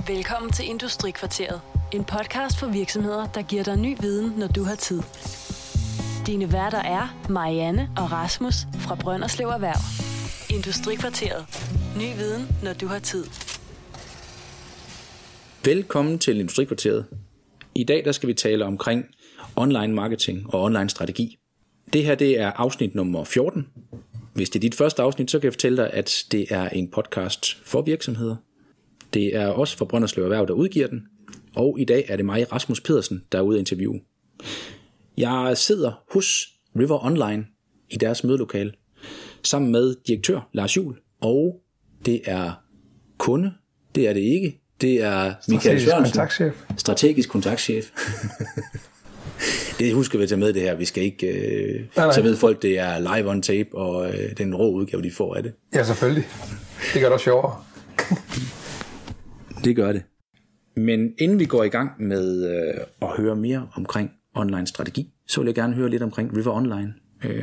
Velkommen til Industrikvarteret. En podcast for virksomheder, der giver dig ny viden, når du har tid. Dine værter er Marianne og Rasmus fra Brønderslev Erhverv. Industrikvarteret. Ny viden, når du har tid. Velkommen til Industrikvarteret. I dag der skal vi tale omkring online marketing og online strategi. Det her det er afsnit nummer 14. Hvis det er dit første afsnit, så kan jeg fortælle dig, at det er en podcast for virksomheder. Det er også for Brønderslev Erhverv, der udgiver den. Og i dag er det mig, Rasmus Pedersen, der er ude at interviewe. Jeg sidder hos River Online i deres mødelokale, sammen med direktør Lars Juhl, og det er kunde, det er det ikke, det er Michael Sørensen, strategisk kontaktchef. Det husker vi at tage med det her, vi skal ikke, så ved folk, det er live on tape, og den rå udgave, de får af det. Ja, selvfølgelig. Det gør det også sjovere. Det gør det. Men inden vi går i gang med at høre mere omkring online strategi, så vil jeg gerne høre lidt omkring River Online.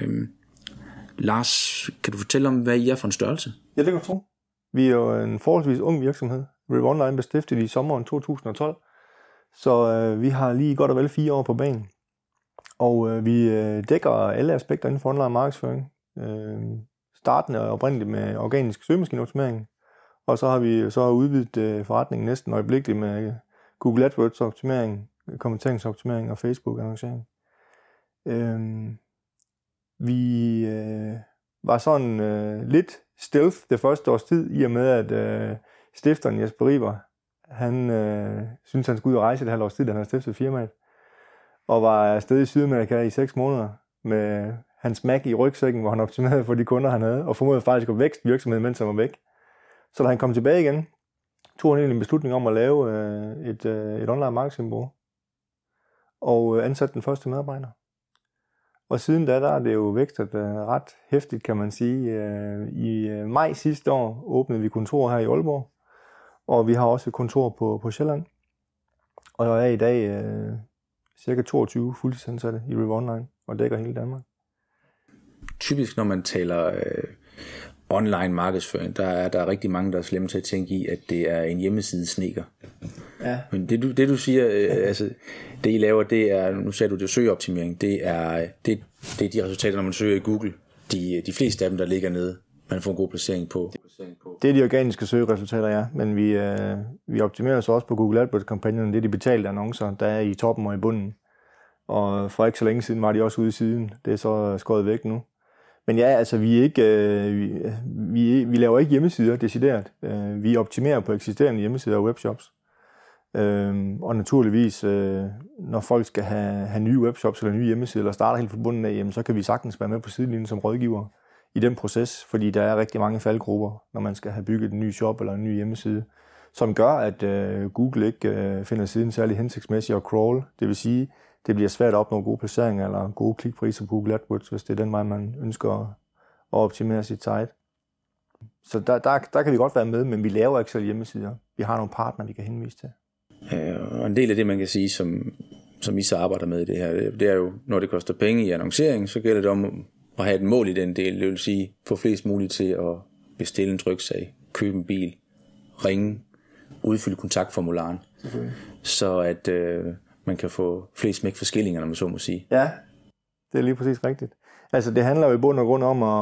Lars, kan du fortælle om, hvad I er for en størrelse? Ja, det kan du tro. Vi er jo en forholdsvis ung virksomhed. River Online blev stiftet i sommeren 2012, så vi har lige godt og vel 4 år på banen. Og vi dækker alle aspekter inden for online markedsføring. Startende og oprindeligt med organisk søgemaskineoptimering. Og så har vi så udvidet forretningen næsten øjeblikkeligt med Google AdWords optimering, kommenteringsoptimering og Facebook annoncering. Vi var sådan lidt stealth det første års tid, i og med at stifteren Jesper Riber, han syntes han skulle ud og rejse det halvt års tid, da han havde stiftet firmaet. Og var afsted i Sydamerika i 6 måneder med hans Mac i rygsækken, hvor han optimerede for de kunder, han havde, og formåede faktisk at vækste virksomheden, mens han var væk. Så da han kom tilbage igen, tog han en beslutning om at lave et online marketingbureau og ansatte den første medarbejder. Og siden da, der er det jo vækstet ret hæftigt, kan man sige. I maj sidste år åbnede vi kontor her i Aalborg, og vi har også et kontor på Sjælland. Og der er i dag cirka 22 fuldtidsansatte i River Online og dækker hele Danmark. Typisk når man taler online markedsføring, der er rigtig mange, der er slemme til at tænke i, at det er en hjemmeside sneker. Ja. Men det du siger, altså det I laver, det er, nu sagde du det, søgeoptimering, det er de resultater, når man søger i Google, de fleste af dem, der ligger nede, man får en god placering på. Det er de organiske søgeresultater, ja, men vi optimerer så også på Google AdWords-kampagnerne, det er de betalte annoncer, der er i toppen og i bunden. Og for ikke så længe siden var de også ude i siden, det er så skåret væk nu. Men ja, altså vi laver ikke hjemmesider decideret. Vi optimerer på eksisterende hjemmesider og webshops. Og naturligvis, når folk skal have nye webshops eller nye hjemmesider, eller starter helt fra bunden af, jamen, så kan vi sagtens være med på sidelinjen som rådgiver i den proces, fordi der er rigtig mange faldgrupper, når man skal have bygget en ny shop eller en ny hjemmeside, som gør, at Google ikke finder siden særlig hensigtsmæssigt at crawl. Det vil sige, det bliver svært at opnå gode placeringer eller gode klikpriser på Google AdWords, hvis det er den vej, man ønsker at optimere sit site. Så der kan vi godt være med, men vi laver ikke selv hjemmesider. Vi har nogle partnere, vi kan henvise til. Og en del af det, man kan sige, som I så arbejder med i det her, det er jo, når det koster penge i annoncering, så gælder det om at have et mål i den del. Det vil sige, få flest muligt til at bestille en tryksag, købe en bil, ringe, udfylde kontaktformularen, så at man kan få flest smæk for skillingerne, når man så må sige. Ja, det er lige præcis rigtigt. Altså det handler jo i bund og grund om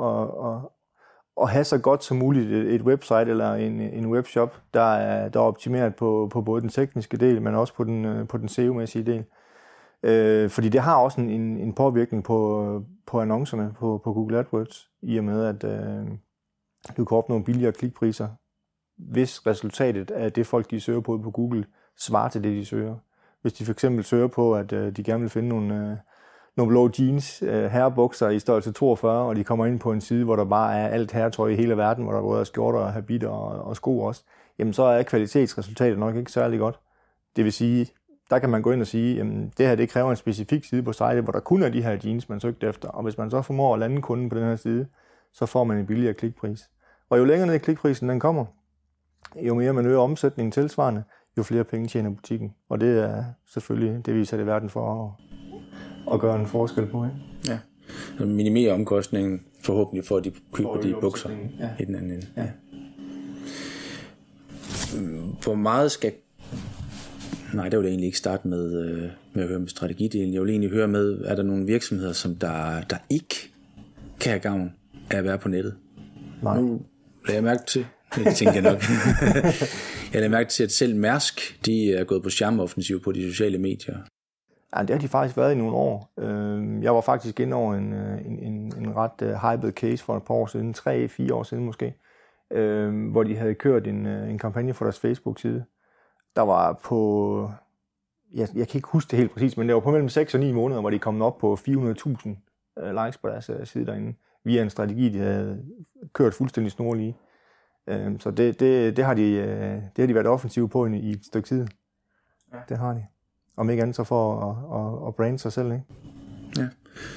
at have så godt som muligt et website eller en webshop, der er optimeret på både den tekniske del, men også på den SEO-mæssige del. Fordi det har også en påvirkning på annoncerne på Google AdWords, i og med at du kan opnå billigere klikpriser, hvis resultatet af det folk de søger på Google svarer til det de søger. Hvis de for eksempel søger på, at de gerne vil finde nogle blå jeans, herrebukser i størrelse 42, og de kommer ind på en side, hvor der bare er alt herretøj i hele verden, hvor der både er skjorter og habitter og sko også, jamen så er kvalitetsresultatet nok ikke særlig godt. Det vil sige, der kan man gå ind og sige, jamen det her det kræver en specifik side på site, hvor der kun er de her jeans, man søgte efter, og hvis man så formår at lande kunden på den her side, så får man en billigere klikpris. Og jo længere ned i klikprisen den kommer, jo mere man øger omsætningen tilsvarende, jo flere penge tjener butikken. Og det er selvfølgelig, det viser det verden for at gøre en forskel på. Ikke? Ja, så minimere omkostningen forhåbentlig for, at de køber de bukser i den anden ende. Ja. hvor meget skal... Nej, det vil jeg egentlig ikke starte med at høre med strategidelen. Jeg vil egentlig høre med, er der nogle virksomheder, som der ikke kan have gavn af at være på nettet? Nej. Nu lader jeg mærke til, det tænker jeg nok. Jeg lader mærke til, at selv Mærsk, de er gået på charmeoffensiv på de sociale medier. Ja, det har de faktisk været i nogle år. Jeg var faktisk inde over en ret hyped case for et par år siden, 3-4 år siden måske, hvor de havde kørt en kampagne for deres Facebook-side. Der var på, jeg kan ikke huske det helt præcis, men det var på mellem 6 og 9 måneder, hvor de kom op på 400.000 likes på deres side derinde, via en strategi, de havde kørt fuldstændig snorlige. Så det har de været offensive på i et stykke tid. Ja. Det har de. Om ikke andet så for at brande sig selv, ikke? Ja.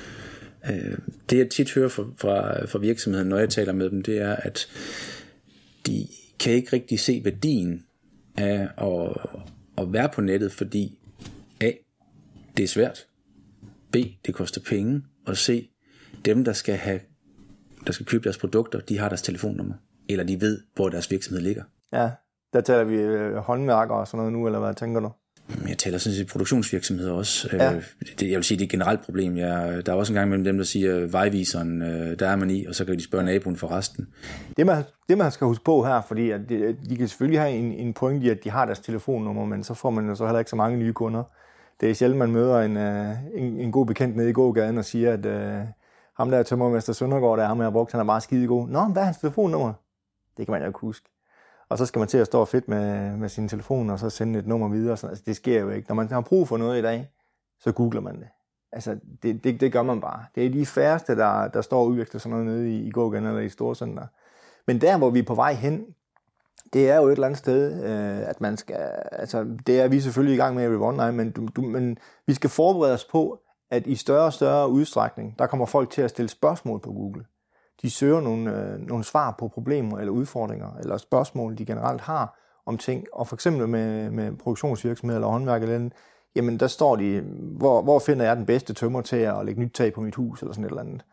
Det jeg tit hører fra virksomheden, når jeg taler med dem, det er, at de kan ikke rigtig se værdien af at være på nettet, fordi A, det er svært, B, det koster penge, og C, dem der skal købe deres produkter, de har deres telefonnummer, eller de ved, hvor deres virksomhed ligger. Ja, der taler vi håndværkere og sådan noget nu, eller hvad tænker du? Jeg taler sådan set produktionsvirksomheder også. Ja. Jeg vil sige, det er et generelt problem. Der er også en gang mellem dem, der siger, vejviseren, der er man i, og så kan de spørge naboen for resten. Det man skal huske på her, fordi at de kan selvfølgelig have en point i, at de har deres telefonnummer, men så får man jo så heller ikke så mange nye kunder. Det er sjældent, man møder en god bekendt nede i gågaden og siger, at ham der tømmermester Søndergaard, der er ham, jeg har brugt, han er bare skide god. Nå, hvad er hans telefonnummer? Det kan man jo ikke huske. Og så skal man til at stå fedt med sin telefon, og så sende et nummer videre. Altså, det sker jo ikke. Når man har brug for noget i dag, så googler man det. Altså, det gør man bare. Det er de færreste, der står og udveksler sådan noget nede i gågaden eller i storcenter. Men der, hvor vi er på vej hen, det er jo et eller andet sted, at man skal... Altså, det er vi selvfølgelig i gang med i Online, men vi skal forberede os på, at i større og større udstrækning, der kommer folk til at stille spørgsmål på Google. De søger nogle svar på problemer eller udfordringer, eller spørgsmål, de generelt har om ting. Og for eksempel med produktionsvirksomhed eller håndværk eller andet, jamen der står de, hvor finder jeg den bedste tømmer til at lægge nyt tag på mit hus, eller sådan et eller andet.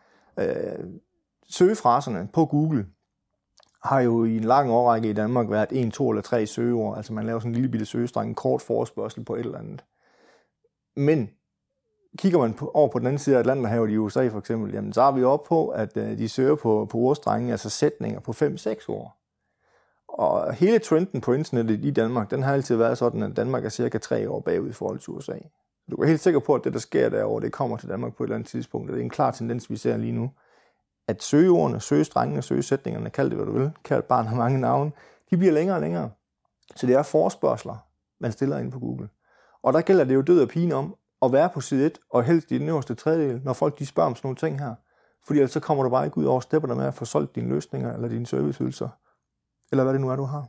Søgefraserne på Google har jo i en lang årrække i Danmark været 1, 2 eller 3 søgeord. Altså man laver sådan en lille bitte søgestreng, en kort forespørgsel på et eller andet. Men kigger man over på den anden side af Atlanterhavet i USA for eksempel, jamen så er vi oppe på, at de søger på ordstrenge, altså sætninger på 5-6 ord. Og hele trenden på internettet i Danmark, den har altid været sådan, at Danmark er cirka 3 år bagud i forhold til USA. Du er helt sikker på, at det, der sker derovre, det kommer til Danmark på et eller andet tidspunkt. Og det er en klar tendens, vi ser lige nu. At søgeordene, søgestrengene, søgesætningerne, kald det hvad du vil, kald barn har mange navne, de bliver længere og længere. Så det er forespørgsler, man stiller ind på Google. Og der gælder det jo død og pine om at være på side 1, og helst i den øverste tredjedel, når folk de spørger om sådan nogle ting her. Fordi ellers så kommer du bare ikke ud over stepperne med at få solgt dine løsninger, eller dine serviceydelser, eller hvad det nu er, du har.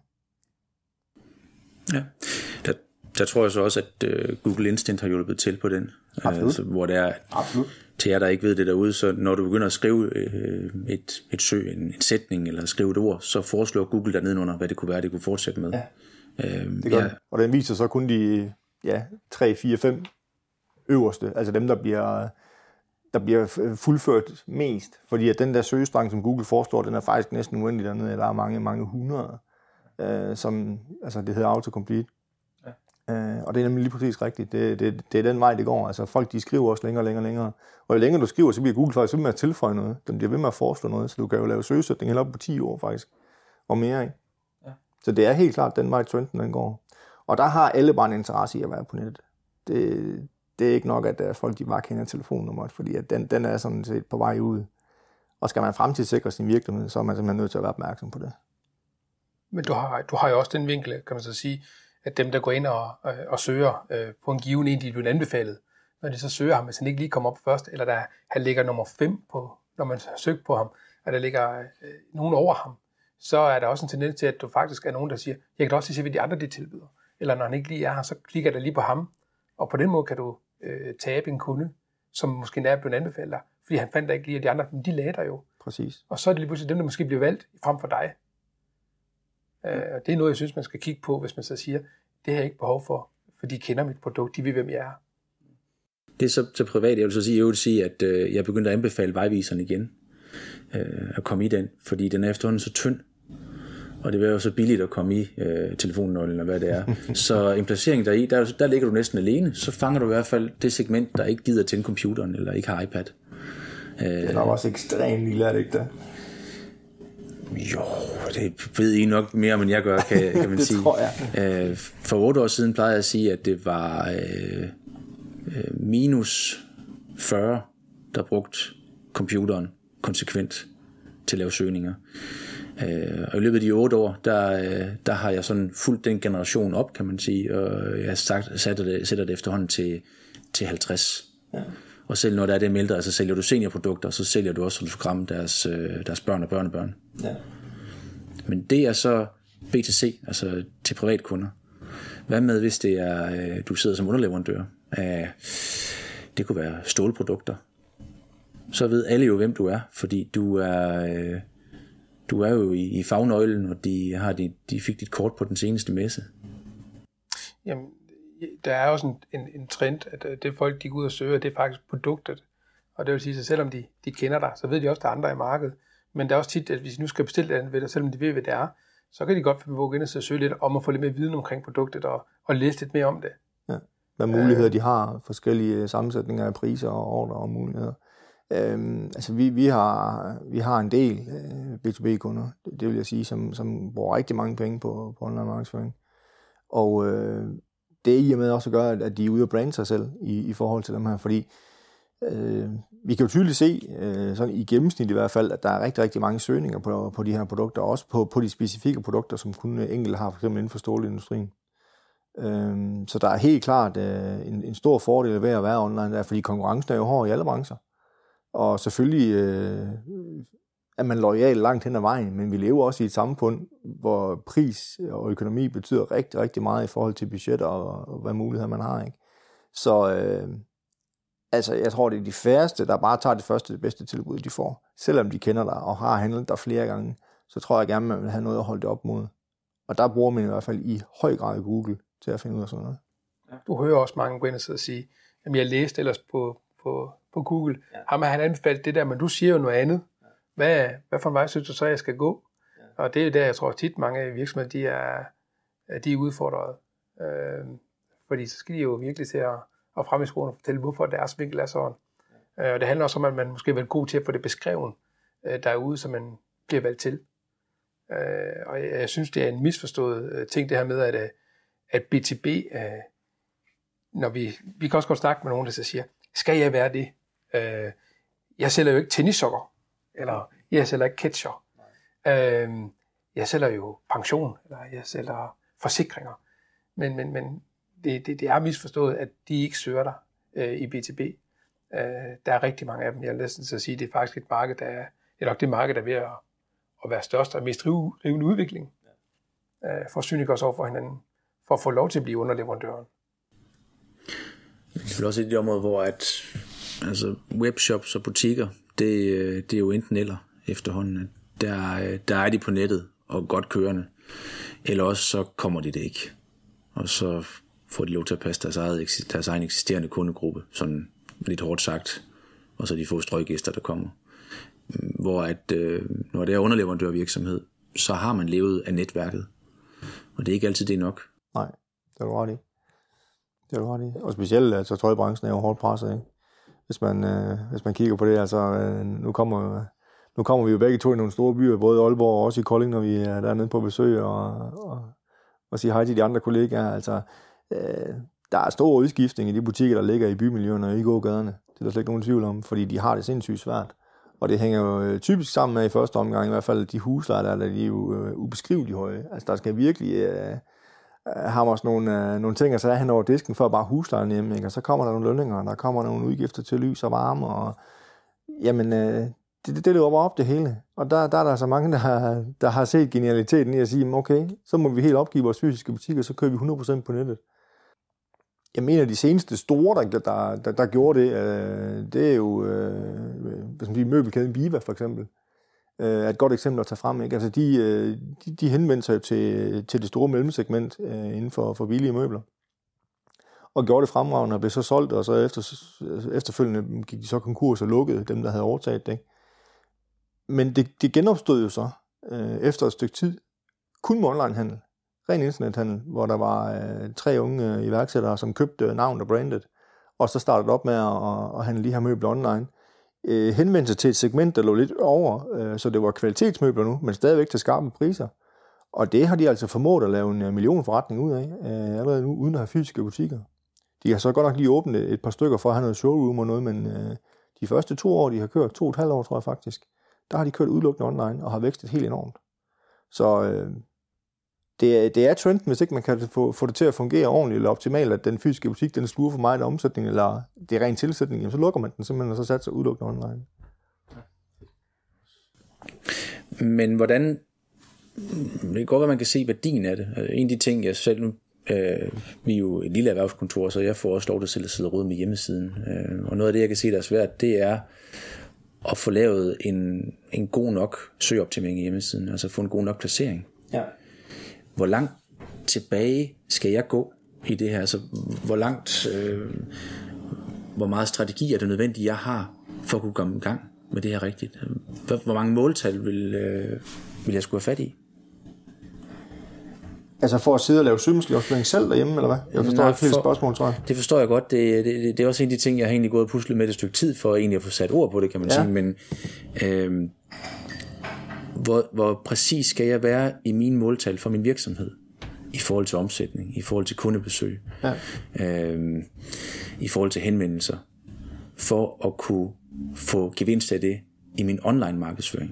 Ja, der tror jeg så også, at Google Instant har hjulpet til på den. Altså, hvor det er, til jer, der ikke ved det derude, så når du begynder at skrive en sætning, eller skrive et ord, så foreslår Google der nedenunder, hvad det kunne være, det kunne fortsætte med. Ja. Det gør og den viser så kun de 3, 4, 5 øverste, altså dem, der bliver fuldført mest. Fordi at den der søgestrang, som Google foreslår, den er faktisk næsten uendelig dernede. Der er mange, mange hundrede, som altså det hedder autocomplete. Ja. Og det er nemlig lige præcis rigtigt. Det er den vej, det går. Altså folk, de skriver også længere. Og jo længere du skriver, så bliver Google faktisk ved med at tilføje noget. Den bliver ved med at foreslå noget, så du kan jo lave søgesætning helt op på 10 år faktisk. Og mere, ikke? Ja. Så det er helt klart den vej, trenden den går. Og der har alle bare en interesse i at være på nettet. Det er ikke nok, at folk de bare kender telefonnummeret, fordi at den er sådan set på vej ud. Og skal man fremtidssikre sin virksomhed, så er man simpelthen nødt til at være opmærksom på det. Men du har jo også den vinkel, kan man så sige, at dem, der går ind og søger på en given en, de bliver anbefalet, når de så søger ham, hvis han ikke lige kommer op først, eller han ligger nummer 5 på, når man søger på ham, og der ligger nogen over ham, så er der også en tendens til, at du faktisk er nogen, der siger, jeg kan da også se, hvad de andre de tilbyder. Eller når han ikke lige er her, så klikker der lige på ham, og på den måde kan du tabe en kunde, som måske er blevet anbefalet dig, fordi han fandt ikke lige, at de andre, de lagde dig jo. Præcis. Og så er det lige pludselig dem, der måske bliver valgt frem for dig. Og det er noget, jeg synes, man skal kigge på, hvis man så siger, det har jeg ikke behov for, for de kender mit produkt, de ved, hvem jeg er. Det er så privat. Jeg vil sige, at jeg begyndte at anbefale vejviseren igen, at komme i den, fordi den er efterhånden så tynd. og det er jo så billigt at komme i telefonnøglen, og hvad det er. Så en placering deri, der ligger du næsten alene, så fanger du i hvert fald det segment, der ikke gider tænde computeren, eller ikke har iPad. Det er nok også ekstremt lille, er det ikke det? Jo, det ved I nok mere, end jeg gør, kan man det sige. Tror jeg. For 8 år siden plejede jeg at sige, at det var minus 40, der brugte computeren konsekvent til at lave søgninger. Og i løbet af de 8 år, der har jeg sådan fulgt den generation op, kan man sige, og jeg sætter det efterhånden til 50. Ja. Og selv når der er det melder, så sælger du seniorprodukter, så sælger du også, så du skal ramme deres børn og børnebørn. Ja. Men det er så B2C, altså til privatkunder. Hvad med, hvis det er, du sidder som underleverandør af, det kunne være stålprodukter, så ved alle jo, hvem du er, fordi du er jo i fagnøglen, og de fik dit kort på den seneste messe. Jamen, der er også en trend, at det folk, de går ud og søger, det er faktisk produktet. Og det vil sige, at selvom de kender dig, så ved de også, at der er andre i markedet. Men der er også tit, at hvis de nu skal bestille det andet ved dig, selvom de ved, hvad det er, så kan de godt få gå ind og søge lidt om at få lidt mere viden omkring produktet og læse lidt mere om det. Ja. Hvad muligheder de har, forskellige sammensætninger af priser og ordre og muligheder. Altså vi har en del B2B-kunder, det vil jeg sige, som bruger rigtig mange penge på online markedsføring. Og det er i og med også at gøre, at de er ude at brande sig selv i forhold til dem her, fordi vi kan jo tydeligt se, sådan i gennemsnit i hvert fald, at der er rigtig, rigtig mange søgninger på de her produkter, også på de specifikke produkter, som kun enkelte har, for eksempel inden for stålindustrien. Så der er helt klart en stor fordel ved at være online der, fordi konkurrencen er jo hård i alle brancher. Og selvfølgelig er man loyal langt hen ad vejen, men vi lever også i et samfund, hvor pris og økonomi betyder rigtig, rigtig meget i forhold til budget og hvad muligheder man har, ikke? Så altså, jeg tror, det er de færreste, der bare tager det bedste tilbud, de får. Selvom de kender dig og har handlet der flere gange, så tror jeg gerne, man vil have noget at holde det op mod. Og der bruger man i hvert fald i høj grad Google til at finde ud af sådan noget. Du hører også mange gå ind og sidde og sige, at jeg læste ellers på Google. Ja. Ham har han anbefalet det der, men du siger jo noget andet. Hvad for en vej synes du så, jeg skal gå? Ja. Og det er jo der, jeg tror tit mange virksomheder, de er udfordret. Fordi så skal de jo virkelig til at frem i skolen og fortælle, hvorfor deres vinkel er sådan. Ja. Og det handler også om, at man måske er vel god til at få det beskrevet derude, så man bliver valgt til. Og jeg synes, det er en misforstået ting, det her med, at B2B, når vi kan også godt snakke med nogen, der siger, skal jeg være det? Jeg sælger jo ikke tennissokker, eller jeg sælger ikke ketcher. Jeg sælger jo pension, eller jeg sælger forsikringer. Men det er misforstået, at de ikke søger dig i B2B. Der er rigtig mange af dem. Jeg vil næsten sige, at det er faktisk et marked, det er nok det marked, der er ved at være størst og mest rivende udvikling. For at synliggøre os over for hinanden, for at få lov til at blive underleverandøren. Det er også et område, hvor altså webshops og butikker, det er jo enten eller efterhånden. Der er de på nettet og godt kørende, eller også så kommer de det ikke. Og så får de lov til at passe deres egen eksisterende kundegruppe, sådan lidt hårdt sagt, og så de få strøggæster, der kommer. Hvor når det er underleverandørvirksomhed, så har man levet af netværket, og det er ikke altid det nok. Nej, det er du ret i. Og specielt, altså tøjbranchen er jo hårdt presset, ikke? Hvis man kigger på det, altså nu kommer vi jo begge to i nogle store byer, både i Aalborg og også i Kolding, når vi er dernede på besøg og siger hej til de andre kollegaer. Altså, der er stor udskiftning i de butikker, der ligger i bymiljøerne og i gågaderne. Det er der slet ikke nogen tvivl om, fordi de har det sindssygt svært. Og det hænger jo typisk sammen med i første omgang, i hvert fald de huslejer, der er jo ubeskriveligt høje. Altså der skal virkelig hamres nogle ting, og så er hen over disken for bare huslejen hjemme, ikke? Og så kommer der nogle lønninger, der kommer nogle udgifter til lys og varme, og jamen, det løber op det hele. Og der er der altså mange, der har set genialiteten i at sige, okay, så må vi helt opgive vores fysiske butikker, så kører vi 100% på nettet. Jeg mener, de seneste store, der gjorde det er jo møbelkæden Viva for eksempel. Er et godt eksempel at tage frem, ikke? Altså de henvendte sig til det store mellemsegment inden for billige møbler. Og gjorde det fremragende og blev så solgt, og så efterfølgende gik de så konkurs og lukkede dem, der havde overtaget det. Men det genopstod jo så efter et stykke tid, kun med onlinehandel. Ren internethandel, hvor der var 3 unge iværksættere, som købte navn og brandet, og så startede op med at handle de her møbler online. Henvendte sig til et segment, der lå lidt over, så det var kvalitetsmøbler nu, men stadigvæk til skarpe priser. Og det har de altså formået at lave en millionforretning ud af, allerede nu, uden at have fysiske butikker. De har så godt nok lige åbnet et par stykker for at have noget showroom og noget, men de første 2 år, de har kørt, 2,5 år tror jeg faktisk, der har de kørt udelukkende online og har vækstet helt enormt. Så det er trenden, hvis ikke man kan få det til at fungere ordentligt eller optimalt, at den fysiske butik, den sluger for meget omsætning, eller det er ren tilsætning, jamen, så lukker man den simpelthen, og så satser udelukkende online. Men hvordan, det kan godt være, man kan se værdien af det. En af de ting, jeg selv, vi er jo et lille erhvervskontor, så jeg får også lov til selv at sidde og rode med hjemmesiden. Og noget af det, jeg kan se, der er svært, det er at få lavet en god nok søgeoptimering i hjemmesiden, altså få en god nok placering. Ja. Hvor langt tilbage skal jeg gå i det her? Altså, hvor meget strategi er det nødvendigt, jeg har, for at kunne komme i gang med det her rigtigt? Hvor mange måltal vil jeg skulle have fat i? Altså for at sidde og lave søgemaskinoptimering selv derhjemme, eller hvad? Jeg forstår ikke helt spørgsmål, tror jeg. Det forstår jeg godt. Det er også en af de ting, jeg har egentlig gået og puslet med et stykke tid, for egentlig at få sat ord på det, kan man sige. Men hvor præcis skal jeg være i mine måltal for min virksomhed? I forhold til omsætning, i forhold til kundebesøg, i forhold til henvendelser, for at kunne få gevinst af det i min online markedsføring.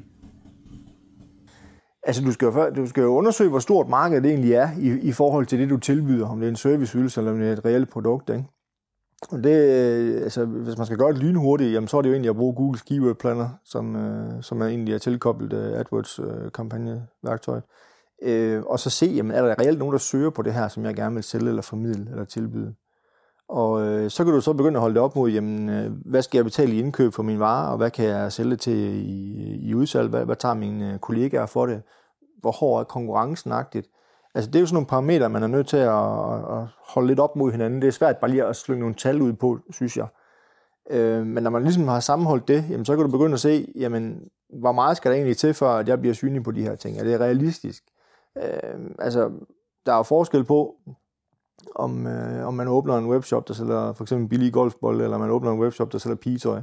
Altså du skal jo undersøge, hvor stort markedet det egentlig er i forhold til det, du tilbyder, om det er en serviceydelse eller om det er et reelt produkt, ikke? Og det, altså, hvis man skal gøre det lynhurtigt, jamen, så er det jo egentlig at bruge Googles Keyword Planner, som er egentlig er tilkoblet AdWords-kampagneværktøjet. Og så se, jamen, er der reelt nogen, der søger på det her, som jeg gerne vil sælge eller formidle eller tilbyde. Og så kan du så begynde at holde det op mod, jamen, hvad skal jeg betale i indkøb for mine varer, og hvad kan jeg sælge til i udsalg, hvad tager mine kollegaer for det, hvor hård er konkurrencenagtigt. Altså det er jo sådan nogle parametre, man er nødt til at holde lidt op mod hinanden. Det er svært bare lige at slynge nogle tal ud på, synes jeg. Men når man ligesom har sammenholdt det, jamen, så kan du begynde at se, jamen, hvor meget skal der egentlig til, for at jeg bliver synlig på de her ting. Er det realistisk? Altså, der er jo forskel på, om man åbner en webshop, der sælger for eksempel billige golfbolde, eller man åbner en webshop, der sælger pigetøj.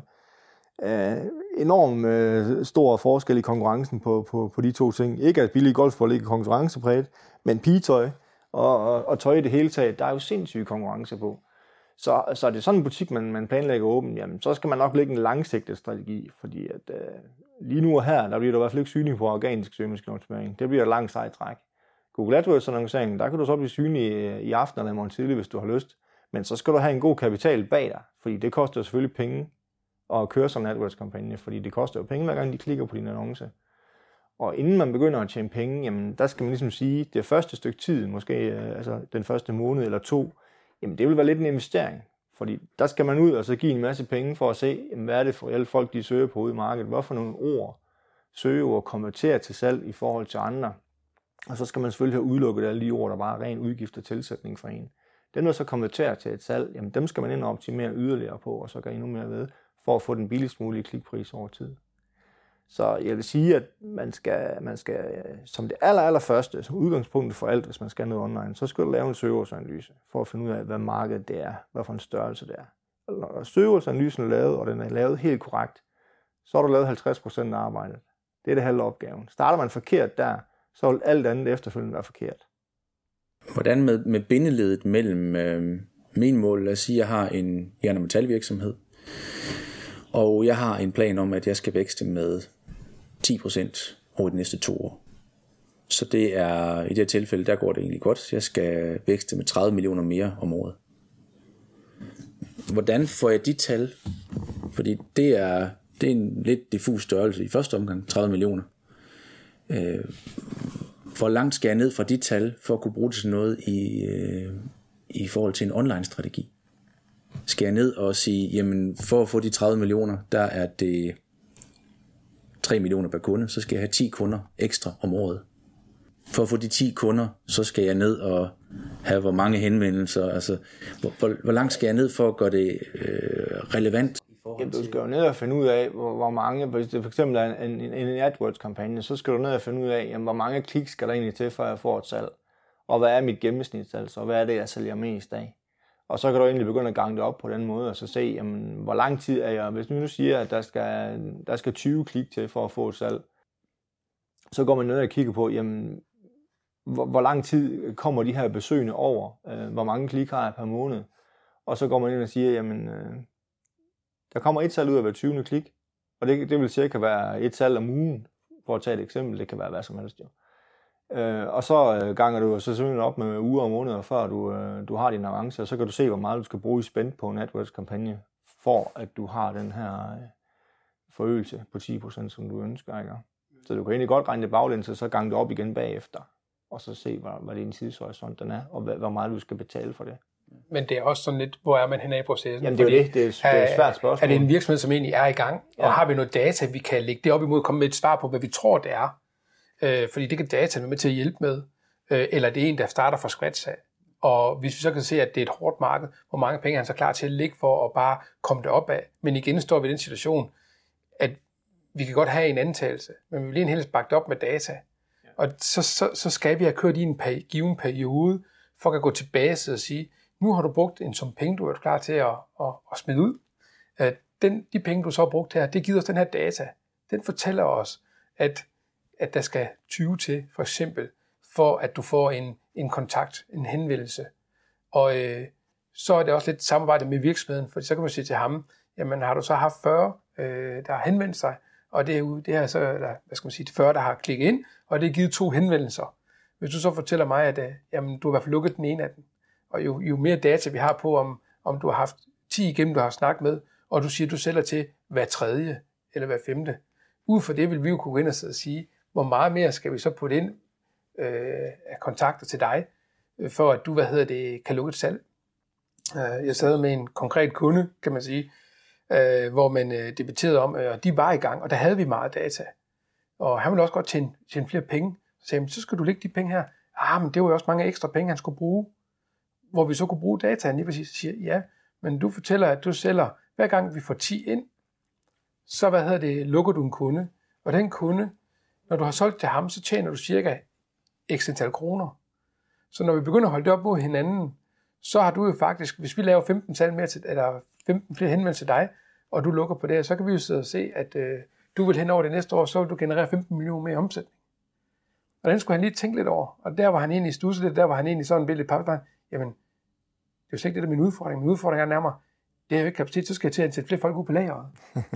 Enorm stor forskel i konkurrencen på de to ting. Ikke at billige golfbolde ikke er konkurrencepræget, men pigetøj og tøj i det hele taget, der er jo sindssyg konkurrence på. Så er det sådan en butik, man planlægger åben, jamen, så skal man nok lægge en langsigtet strategi, fordi at lige nu og her, der bliver du i hvert fald ikke synlig på organisk søgemaskinoptimering. Det bliver et langt sejt træk. Google AdWords annoncering, der kan du så blive synlig i aften eller i morgen tidlig, hvis du har lyst. Men så skal du have en god kapital bag dig, fordi det koster selvfølgelig penge at køre sådan en AdWords-kampagne, fordi det koster jo penge, hver gang de klikker på din annonce. Og inden man begynder at tjene penge, jamen, der skal man ligesom sige, det første stykke tid, måske altså den første måned eller 2, jamen det vil være lidt en investering. Fordi der skal man ud og så give en masse penge for at se, jamen, hvad er det for alle folk, de søger på ude i markedet. Hvorfor nogle søgeord konverterer til salg i forhold til andre. Og så skal man selvfølgelig have udelukket alle de ord, der bare er ren udgift og tilsætning for en. Dem, der så konverterer til et salg, jamen dem skal man ind og optimere yderligere på, og så gøre endnu mere ved, for at få den billigst mulige klikpris over tid. Så jeg vil sige, at man skal som det allerførste, som udgangspunkt for alt, hvis man skal noget online, så skal du lave en søgeordsanalyse, for at finde ud af, hvad markedet det er, hvad for en størrelse det er. Når søgeordsanalysen er lavet, og den er lavet helt korrekt, så har du lavet 50% af arbejdet. Det er det halve opgaven. Starter man forkert der, så vil alt andet efterfølgende være forkert. Hvordan med bindeledet mellem min mål, lad os sige, jeg har en jern- og metalvirksomhed, og jeg har en plan om, at jeg skal vækste med 10% over de næste 2 år. Så det er, i det her tilfælde, der går det egentlig godt. Jeg skal vækste med 30 millioner mere om året. Hvordan får jeg de tal? Fordi det er en lidt diffus størrelse i første omgang, 30 millioner. Hvor langt skal jeg ned fra de tal, for at kunne bruge det til noget i forhold til en online-strategi? Skal jeg ned og sige, jamen for at få de 30 millioner, der er det 3 millioner per kunde, så skal jeg have 10 kunder ekstra om året. For at få de 10 kunder, så skal jeg ned og have hvor mange henvendelser, altså hvor langt skal jeg ned for at gøre det relevant? Jamen, du skal jo ned og finde ud af, hvor mange, hvis det for eksempel er en AdWords-kampagne, så skal du ned og finde ud af, jamen, hvor mange kliks skal der egentlig til, før jeg får et salg, og hvad er mit gennemsnit, og hvad er det, jeg sælger mest af. Og så kan du egentlig begynde at gange det op på den måde, og så se, jamen, hvor lang tid er jeg, hvis nu siger, at der skal 20 klik til for at få et salg, så går man ned og kigger på, jamen, hvor lang tid kommer de her besøgende over, hvor mange klik har jeg per måned, og så går man ind og siger, jamen, der kommer et salg ud af hver 20. klik, og det vil cirka være et salg om ugen, for at tage et eksempel, det kan være hvad som helst jo. Og så ganger du så simpelthen op med uger og måneder, før du har din avance, og så kan du se, hvor meget du skal bruge i spend på en AdWords-kampagne, for at du har den her forøgelse på 10%, som du ønsker, ikke? Så du kan egentlig godt regne det baglæns, og så gange det op igen bagefter, og så se, hvad din tidshorisont den er, og hvor meget du skal betale for det. Men det er også sådan lidt, hvor er man henne i processen? Jamen det er jo det. Det er et svært spørgsmål. Er det en virksomhed, som egentlig er i gang? Og har vi noget data, vi kan lægge det op imod, og komme med et svar på, hvad vi tror, det er? Fordi det kan data være med til at hjælpe med. Eller det er en, der starter fra scratch af. Og hvis vi så kan se, at det er et hårdt marked, hvor mange penge er han så klar til at lægge for at bare komme det op af. Men igen står vi i den situation, at vi kan godt have en antagelse, men vi vil lige helst bakke op med data. Og så skal vi have kørt i en given periode, for at gå tilbage og sige, nu har du brugt en sum penge, du er klar til at smide ud. De penge, du så har brugt her, det giver os den her data. Den fortæller os, at der skal 20 til, for eksempel, for at du får en kontakt, en henvendelse. Og så er det også lidt samarbejde med virksomheden, for så kan man sige til ham, jamen har du så haft 40, der har henvendt sig, og det er så, hvad skal man sige, 40, der har klikket ind, og det er givet 2 henvendelser. Hvis du så fortæller mig, at jamen, du har i hvert fald lukket den ene af dem, og jo mere data vi har på, om du har haft 10 igennem, du har snakket med, og du siger, at du sælger til hver 3. eller hver 5. Ud for det vil vi jo kunne gå ind og sige, hvor meget mere skal vi så putte ind af kontakter til dig, for at du, kan lukke et salg. Jeg sad med en konkret kunde, kan man sige, hvor man debatterede om, og de var i gang, og der havde vi meget data. Og han ville også godt tjene flere penge. Så sagde han, så skal du lægge de penge her. Men det var jo også mange ekstra penge, han skulle bruge. Hvor vi så kunne bruge data, han lige præcis siger, ja, men du fortæller, at du sælger, hver gang vi får 10 ind, så lukker du en kunde. Og den kunde, når du har solgt til ham, så tjener du cirka x antal kroner. Så når vi begynder at holde det op mod hinanden, så har du jo faktisk, hvis vi laver 15 salg mere til, eller 15 flere henvendelser til dig, og du lukker på det, så kan vi jo sidde og se, at du vil hen over det næste år, så vil du generere 15 millioner mere omsætning. Og den skulle han lige tænke lidt over. Og der var han egentlig studset lidt, der var han egentlig sådan en lidt papir. Jamen, det er jo slet ikke det, der er min udfordring. Min udfordring er nærmere, det er jo ikke kapacitet, så skal jeg til at ansætte flere folk ud på lageret.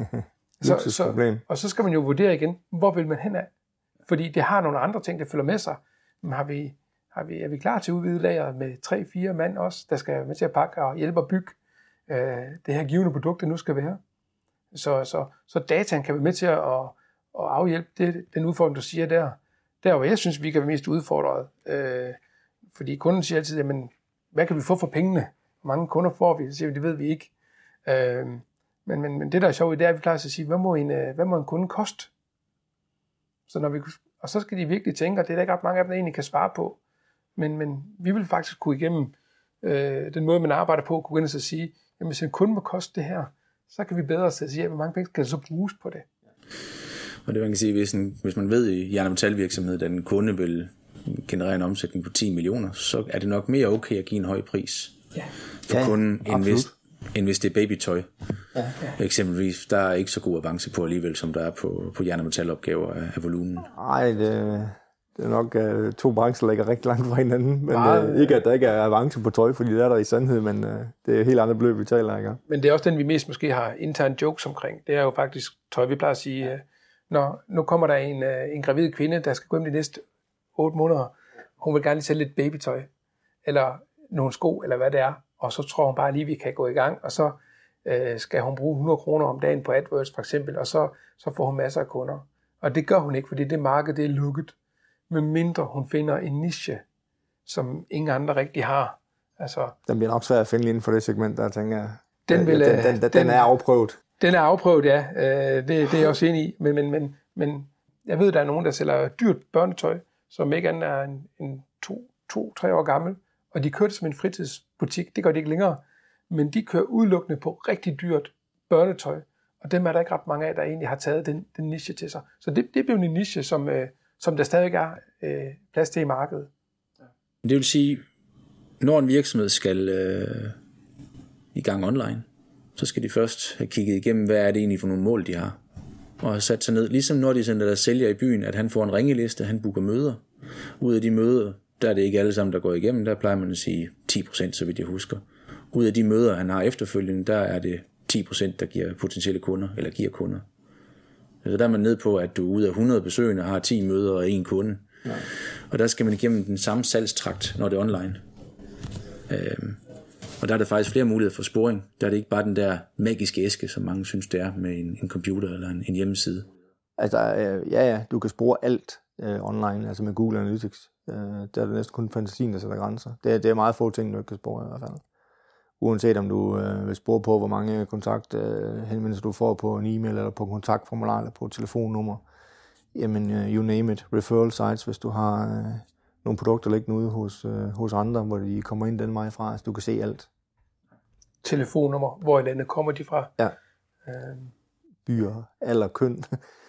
Og så skal man jo vurdere igen, hvor vil man hen af? Fordi det har nogle andre ting, der følger med sig. Men er vi klar til at udvide lageret med 3-4 mand også, der skal med til at pakke og hjælpe at bygge det her givende produkt, det nu skal være? Så dataen kan være med til at afhjælpe den udfordring, du siger der. Der, hvor jeg synes, vi kan være mest udfordret. Fordi kunden siger altid, jamen, hvad kan vi få for pengene? Hvor mange kunder får vi? Så siger vi, det ved vi ikke. Men det, der er sjovt, det er, at vi klarer til at sige, hvad må en kunde koste? Og så skal de virkelig tænke, og det er der ikke ret mange af dem, der egentlig kan svare på. Men vi vil faktisk kunne igennem den måde, man arbejder på, kunne gå ind og sige, jamen, hvis en kunde må koste det her, så kan vi bedre sige, hvor mange penge skal der så bruges på det? Og det man kan sige, hvis man ved i jern- og metalvirksomhed, at en kunde vil generere en omsætning på 10 millioner, så er det nok mere okay at give en høj pris for kunden, end hvis det er babytøj. Ja. Eksempelvis, der er ikke så god avance på alligevel, som der er på jern- og metalopgaver af volumen. Nej, det er nok 2 brancher, der ligger rigtig langt fra hinanden. Men ikke, at der ikke er avance på tøj, fordi det er der i sandhed, men det er helt andre beløb, vi taler, ikke? Men det er også den, vi mest måske har interne jokes omkring. Det er jo faktisk tøj, vi plejer at sige, når nu kommer der en gravid kvinde, der skal gå hjem de næste 8 måneder. Hun vil gerne lige sælge lidt babytøj, eller nogle sko, eller hvad det er. Og så tror hun bare lige, vi kan gå i gang, og så skal hun bruge 100 kroner om dagen på AdWords for eksempel, og så får hun masser af kunder. Og det gør hun ikke, fordi det marked det er lukket, medmindre hun finder en niche, som ingen andre rigtig har. Altså, den bliver nok svær at finde inden for det segment, der tænker jeg. Den er afprøvet. Den er afprøvet, ja. Det er jeg også enig i. Men jeg ved, der er nogen, der sælger dyrt børnetøj, som ikke er en 2-3 år gammel, og de kører det som en fritidsbutik. Det gør de ikke længere. Men de kører udelukkende på rigtig dyrt børnetøj, og dem er der ikke ret mange af, der egentlig har taget den niche til sig. Så det bliver en niche, som der stadig er plads til i markedet. Det vil sige, når en virksomhed skal i gang online, så skal de først have kigget igennem, hvad er det egentlig for nogle mål, de har. Og have sat sig ned, ligesom når de sender deres sælger i byen, at han får en ringeliste, han booker møder. Ud af de møder, der er det ikke alle sammen, der går igennem, der plejer man at sige 10%, så vidt jeg husker. Ud af de møder, han har efterfølgende, der er det 10%, der giver potentielle kunder, eller giver kunder. Så der er man ned på, at du ud af 100 besøgende har 10 møder og 1 kunde. Ja. Og der skal man igennem den samme salgstrakt, når det er online. Og der er der faktisk flere muligheder for sporing. Der er det ikke bare den der magiske æske, som mange synes, det er med en computer eller en hjemmeside. Altså, ja, du kan spore alt online, altså med Google Analytics. Der er det næsten kun fantasien, der sætter grænser. Det er meget få ting, du ikke kan spore i hvert fald. Uanset om du vil spore på, hvor mange kontakthenvendelser du får på en e-mail, eller på kontaktformular, eller på et telefonnummer. Jamen, you name it. Referral sites, hvis du har nogle produkter liggende ude hos andre, hvor de kommer ind den vej fra, så du kan se alt. Telefonnummer, hvor i landet kommer de fra? Ja. Byer, alder, køn.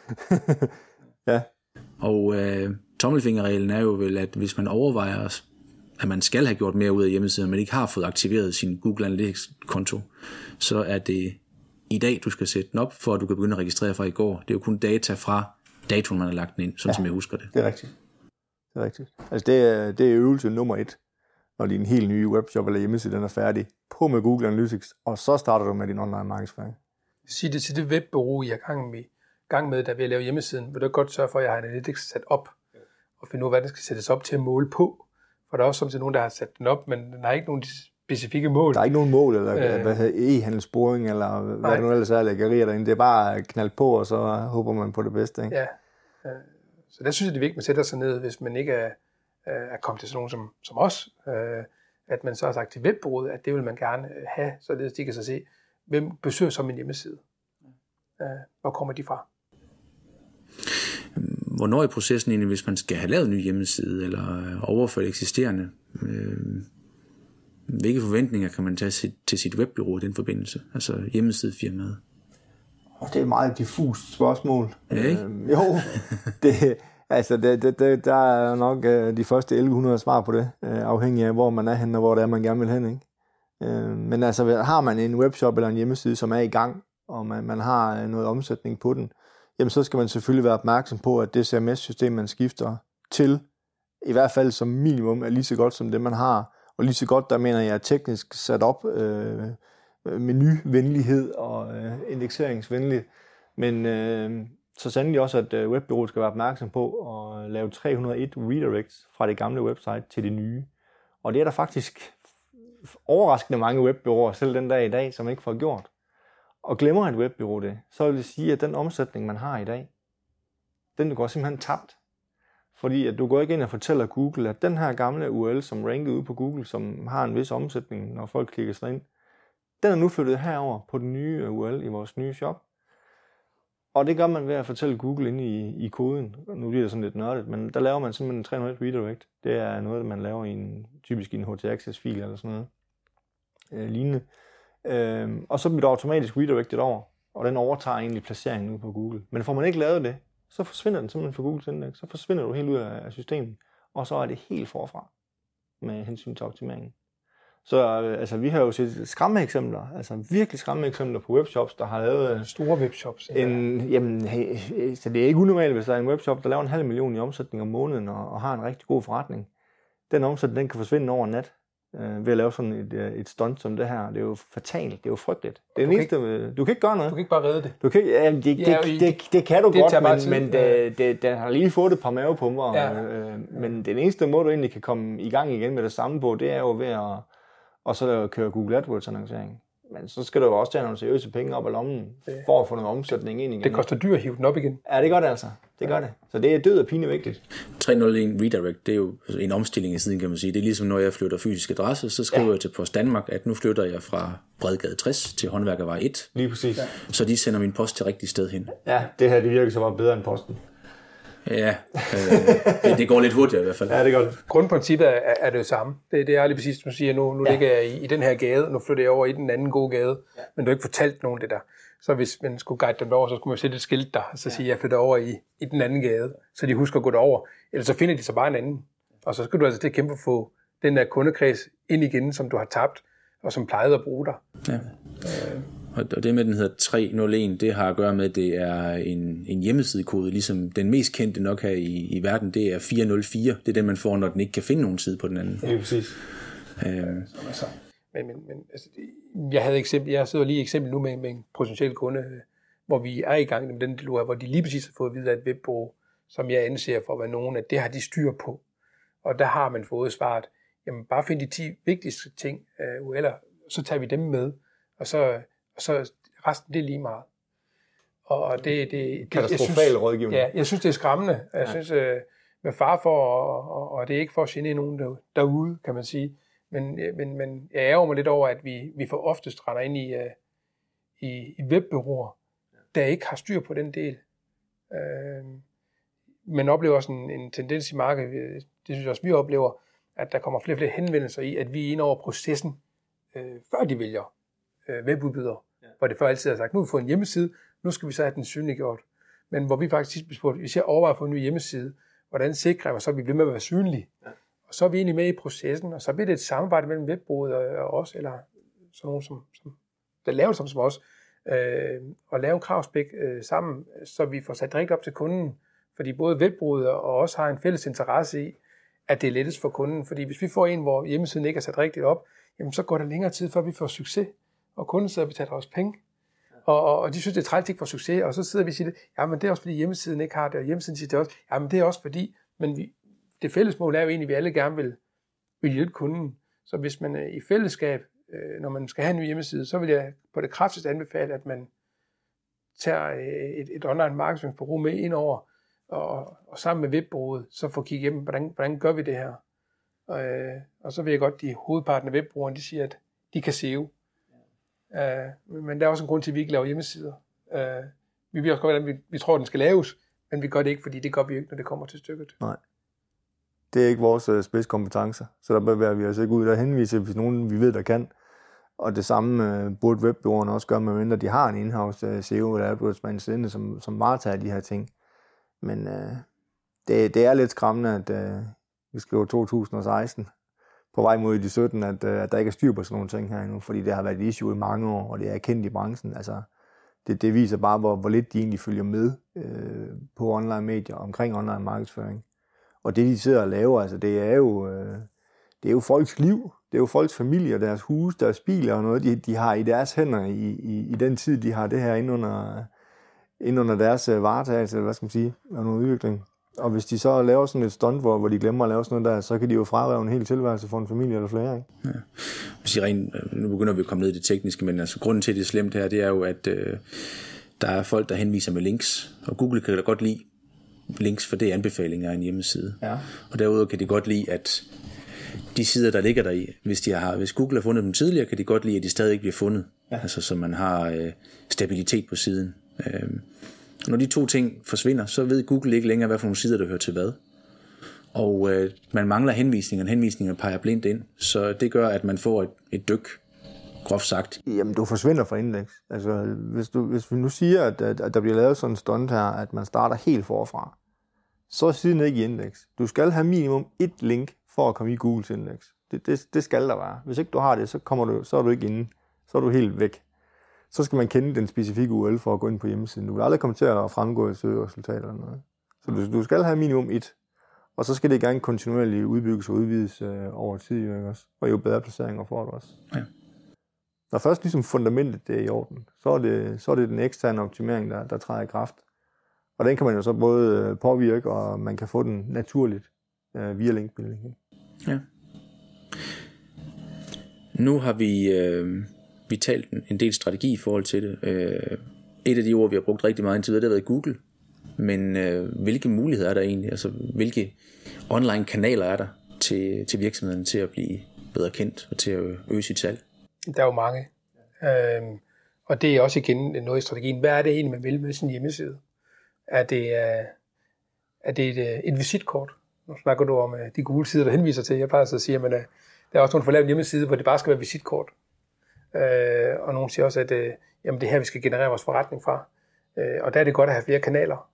Ja. Og tommelfingerreglen er jo vel, at hvis man overvejer, at man skal have gjort mere ud af hjemmesiden, men ikke har fået aktiveret sin Google Analytics-konto, så er det i dag, du skal sætte den op, for at du kan begynde at registrere fra i går. Det er jo kun data fra datoen, man har lagt den ind, sådan som jeg husker det. Det er rigtigt. Det er rigtigt. Altså det er øvelse nummer 1, når din helt nye webshop eller hjemmeside den er færdig. På med Google Analytics, og så starter du med din online markedsføring. Sig det til det webbureau, I er gang med, der vil lave hjemmesiden. Vil du godt sørge for, at jeg har Analytics sat op, og finde ud af, hvad den skal sættes op til at måle på? For der er også som nogen, der har sat den op, men den har ikke nogen specifikke mål. Der er ikke nogen mål, eller e-handelssporing, eller hvad det nu ellers er, læggerier derinde. Det er bare knaldt på, og så håber man på det bedste. Ikke? Ja. Så der synes jeg, det er vigtigt, at man sætter sig ned, hvis man ikke er kommet til sådan nogen som os, at man så har sagt til webbureauet, at det vil man gerne have, således de kan så se, hvem besøger så min hjemmeside. Hvor kommer de fra? Hvornår i processen egentlig, hvis man skal have lavet en ny hjemmeside, eller overføre eksisterende, hvilke forventninger kan man tage til sit webbureau i den forbindelse, altså hjemmesidefirmaet? Det er et meget diffust spørgsmål. Ja, ikke? Jo, der er nok de første 1100 svar på det, afhængig af, hvor man er henne, og hvor det er, man gerne vil hen. Ikke? Men altså, har man en webshop eller en hjemmeside, som er i gang, og man har noget omsætning på den, jamen så skal man selvfølgelig være opmærksom på, at det CMS-system, man skifter til, i hvert fald som minimum, er lige så godt som det, man har. Og lige så godt, der mener jeg, er teknisk sat op, menuvenlighed og indekseringsvenlighed. Men så sandelig også, at webbureauet skal være opmærksom på at lave 301 redirects fra det gamle website til det nye. Og det er der faktisk overraskende mange webbureauer, selv den dag i dag, som ikke får gjort. Og glemmer et webbureau det, så vil det sige, at den omsætning, man har i dag, den går simpelthen tabt. Fordi at du går ikke ind og fortæller Google, at den her gamle URL, som rankede ude på Google, som har en vis omsætning, når folk klikker sig ind, den er nu flyttet herover på den nye URL i vores nye shop. Og det gør man ved at fortælle Google inde i koden. Nu bliver det sådan lidt nørdet, men der laver man simpelthen en 301 redirect. Det er noget, man laver typisk i en htaccess-fil eller sådan noget lignende. Og så bliver det automatisk redirected over, og den overtager egentlig placeringen ude på Google. Men får man ikke lavet det, så forsvinder den simpelthen fra Googles indeks. Så forsvinder du helt ud af systemet, og så er det helt forfra med hensyn til optimeringen. Så altså, vi har jo set skræmmeeksempler, altså virkelig skræmmeeksempler på webshops, der har lavet store webshops. Så det er ikke unormalt, hvis der er en webshop, der laver 500.000 i omsætning om måneden og har en rigtig god forretning. Den omsætning, den kan forsvinde over nat ved at lave sådan et stunt som det her. Det er jo fatalt, det er jo frygteligt. Det er du kan ikke gøre noget. Du kan ikke bare redde det. Du kan, det kan du godt, men den har lige fået et par mavepumper. Ja. Men den eneste måde, du egentlig kan komme i gang igen med det samme på, det er jo ved at så køre Google AdWords-annoncering. Men så skal du jo også tage nogle seriøse penge op af lommen, for at få noget omsætning ind igen. Det koster dyrt at hive den op igen. Ja, det gør det altså. Det gør det. Så det er død og pine vigtigt. 301 redirect, det er jo en omstilling i siden, kan man sige. Det er ligesom, når jeg flytter fysisk adresse, så skriver jeg til Post Danmark, at nu flytter jeg fra Bredgade 60 til Håndværkervej 1. Lige præcis. Ja. Så de sender min post til rigtigt sted hen. Ja, det her det virker så meget bedre end posten. Ja, det går lidt hurtigere i hvert fald. Ja, det gør det. Grundprincippet er det samme. Det er lige præcis, som du siger, nu ligger jeg i den her gade, nu flytter jeg over i den anden gode gade, men du har ikke fortalt nogen det der. Så hvis man skulle guide dem derover, så skulle man sætte et skilt der, og så sige, at jeg flytter over i den anden gade, så de husker at gå derover. Ellers så finder de så bare en anden. Og så skal du altså til at kæmpe for at få den der kundekreds ind igen, som du har tabt, og som plejede at bruge dig. Ja. Og det med, den hedder 301, det har at gøre med, at det er en hjemmesidekode, ligesom den mest kendte nok her i verden, det er 404. Det er den, man får, når den ikke kan finde nogen side på den anden. Ja, præcis. Men altså, jeg sidder lige i eksempel nu med en potentiel kunde, hvor vi er i gang med den dialog, hvor de lige præcis har fået at vide af et webbureau, som jeg anser for at være nogen, at det har de styr på. Og der har man fået svaret, jamen bare find de 10 vigtigste ting, eller så tager vi dem med, og så resten, det er lige meget. Og det katastrofal rådgivning. Ja, jeg synes, det er skræmmende. Jeg synes, med far for, og det er ikke for at genere nogen derude, kan man sige. Men jeg ærger mig lidt over, at vi for oftest render ind i webbureauer, der ikke har styr på den del. Man oplever også en tendens i markedet, det synes jeg også, vi oplever, at der kommer flere og flere henvendelser i, at vi er inde over processen, før de vælger webudbyder. Hvor det før altid har sagt, nu har vi fået en hjemmeside, nu skal vi så have den synliggjort. Men hvor vi faktisk bliver spurgt, hvis jeg overvejer at få en ny hjemmeside, hvordan sikrer jeg, så vi bliver med at være synlige? Ja. Og så er vi egentlig med i processen, og så bliver det et samarbejde mellem webbureauet og os, eller sådan nogen, som der laver som os, og lave en kravspæk sammen, så vi får sat rigtigt op til kunden. Fordi både webbureauet og os har en fælles interesse i, at det er lettest for kunden. Fordi hvis vi får en, hvor hjemmesiden ikke er sat rigtigt op, jamen så går der længere tid, før vi får succes. Og kunden sidder og betaler os penge. Og de synes, det er trælt, de ikke får succes. Og så sidder vi og siger, jamen det er også fordi hjemmesiden ikke har det. Og hjemmesiden siger det også, jamen det er også fordi. Men det fælles mål er jo egentlig, at vi alle gerne vil hjælpe kunden. Så hvis man er i fællesskab, når man skal have en ny hjemmeside, så vil jeg på det kraftigste anbefale, at man tager et online markedsføringsbureau med ind over, og sammen med webbureauet, så får kigget igennem, hvordan gør vi det her. Og så vil jeg godt, at de hovedparten af webbrugerne, de siger, at de kan SEO. Men der er også en grund til, at vi ikke laver hjemmesider. Vi ved også godt, hvordan vi tror, at den skal laves, men vi gør det ikke, fordi det gør vi ikke, når det kommer til stykket. Nej. Det er ikke vores spidskompetencer, så der bevæger vi os ikke ud. Der henviser, hvis nogen vi ved, der kan. Og det samme burde webbureauerne også gøre, medmindre de har en in-house SEO eller AdWords sinde, som varetager de her ting. Men det er lidt skræmmende, at vi skriver 2016 på vej mod de 17, at der ikke er styr på sådan nogle ting her endnu, fordi det har været et issue i mange år, og det er kendt i branchen. Altså, det viser bare, hvor lidt de egentlig følger med på online medier omkring online markedsføring. Og det, de sidder og laver, altså, det er jo folks liv, det er jo folks familier, deres hus, deres biler og noget, de har i deres hænder i den tid, de har det her ind under deres varetagelse, eller hvad skal man sige, og noget udvikling. Og hvis de så laver sådan et stunt, hvor de glemmer at lave sådan noget der, så kan de jo frarøve en hel tilværelse for en familie eller flere, ikke? Ja. Nu begynder vi at komme ned i det tekniske, men altså grunden til, at det er slemt her, det er jo, at der er folk, der henviser med links, og Google kan da godt lide links, for det er anbefalinger af en hjemmeside. Ja. Og derudover kan de godt lide, at de sider, der ligger der i, hvis Google har fundet dem tidligere, kan de godt lide, at de stadig ikke bliver fundet. Ja. Altså så man har stabilitet på siden. Når de to ting forsvinder, så ved Google ikke længere, hvad for nogle sider, der hører til hvad. Og man mangler henvisninger peger blindt ind, så det gør, at man får et dyk, groft sagt. Jamen, du forsvinder fra indeks. Altså, hvis vi nu siger, at der bliver lavet sådan en stunt her, at man starter helt forfra, så er siden ikke i indeks. Du skal have minimum et link for at komme i Googles indeks. Det skal der være. Hvis ikke du har det, så er du ikke inde. Så er du helt væk. Så skal man kende den specifikke URL for at gå ind på hjemmesiden. Du vil aldrig komme til at fremgå i søgeresultater eller noget. Så du skal have minimum et. Og så skal det gerne kontinuerligt udbygges og udvides over tid, ikke også? Og jo bedre placeringer får du også. Ja. Når først ligesom fundamentet det er i orden, så er det den eksterne optimering, der træder i kraft. Og den kan man jo så både påvirke, og man kan få den naturligt via linkbuilding. Ja. Nu har vi talt en del strategi i forhold til det. Et af de ord, vi har brugt rigtig meget indtil videre, det har været Google. Men hvilke muligheder er der egentlig? Altså, hvilke online kanaler er der til virksomheden til at blive bedre kendt og til at øge sit salg? Der er jo mange. Og det er også igen noget i strategien. Hvad er det egentlig, man vil med sin hjemmeside? Er er det et visitkort. Nu snakker du om de gule sider, der henviser til. Jeg plejer så at sige, at der er også nogle for lavet hjemmeside, hvor det bare skal være visitkort. Og nogen siger også, at jamen, det er her, vi skal generere vores forretning fra. Og der er det godt at have flere kanaler.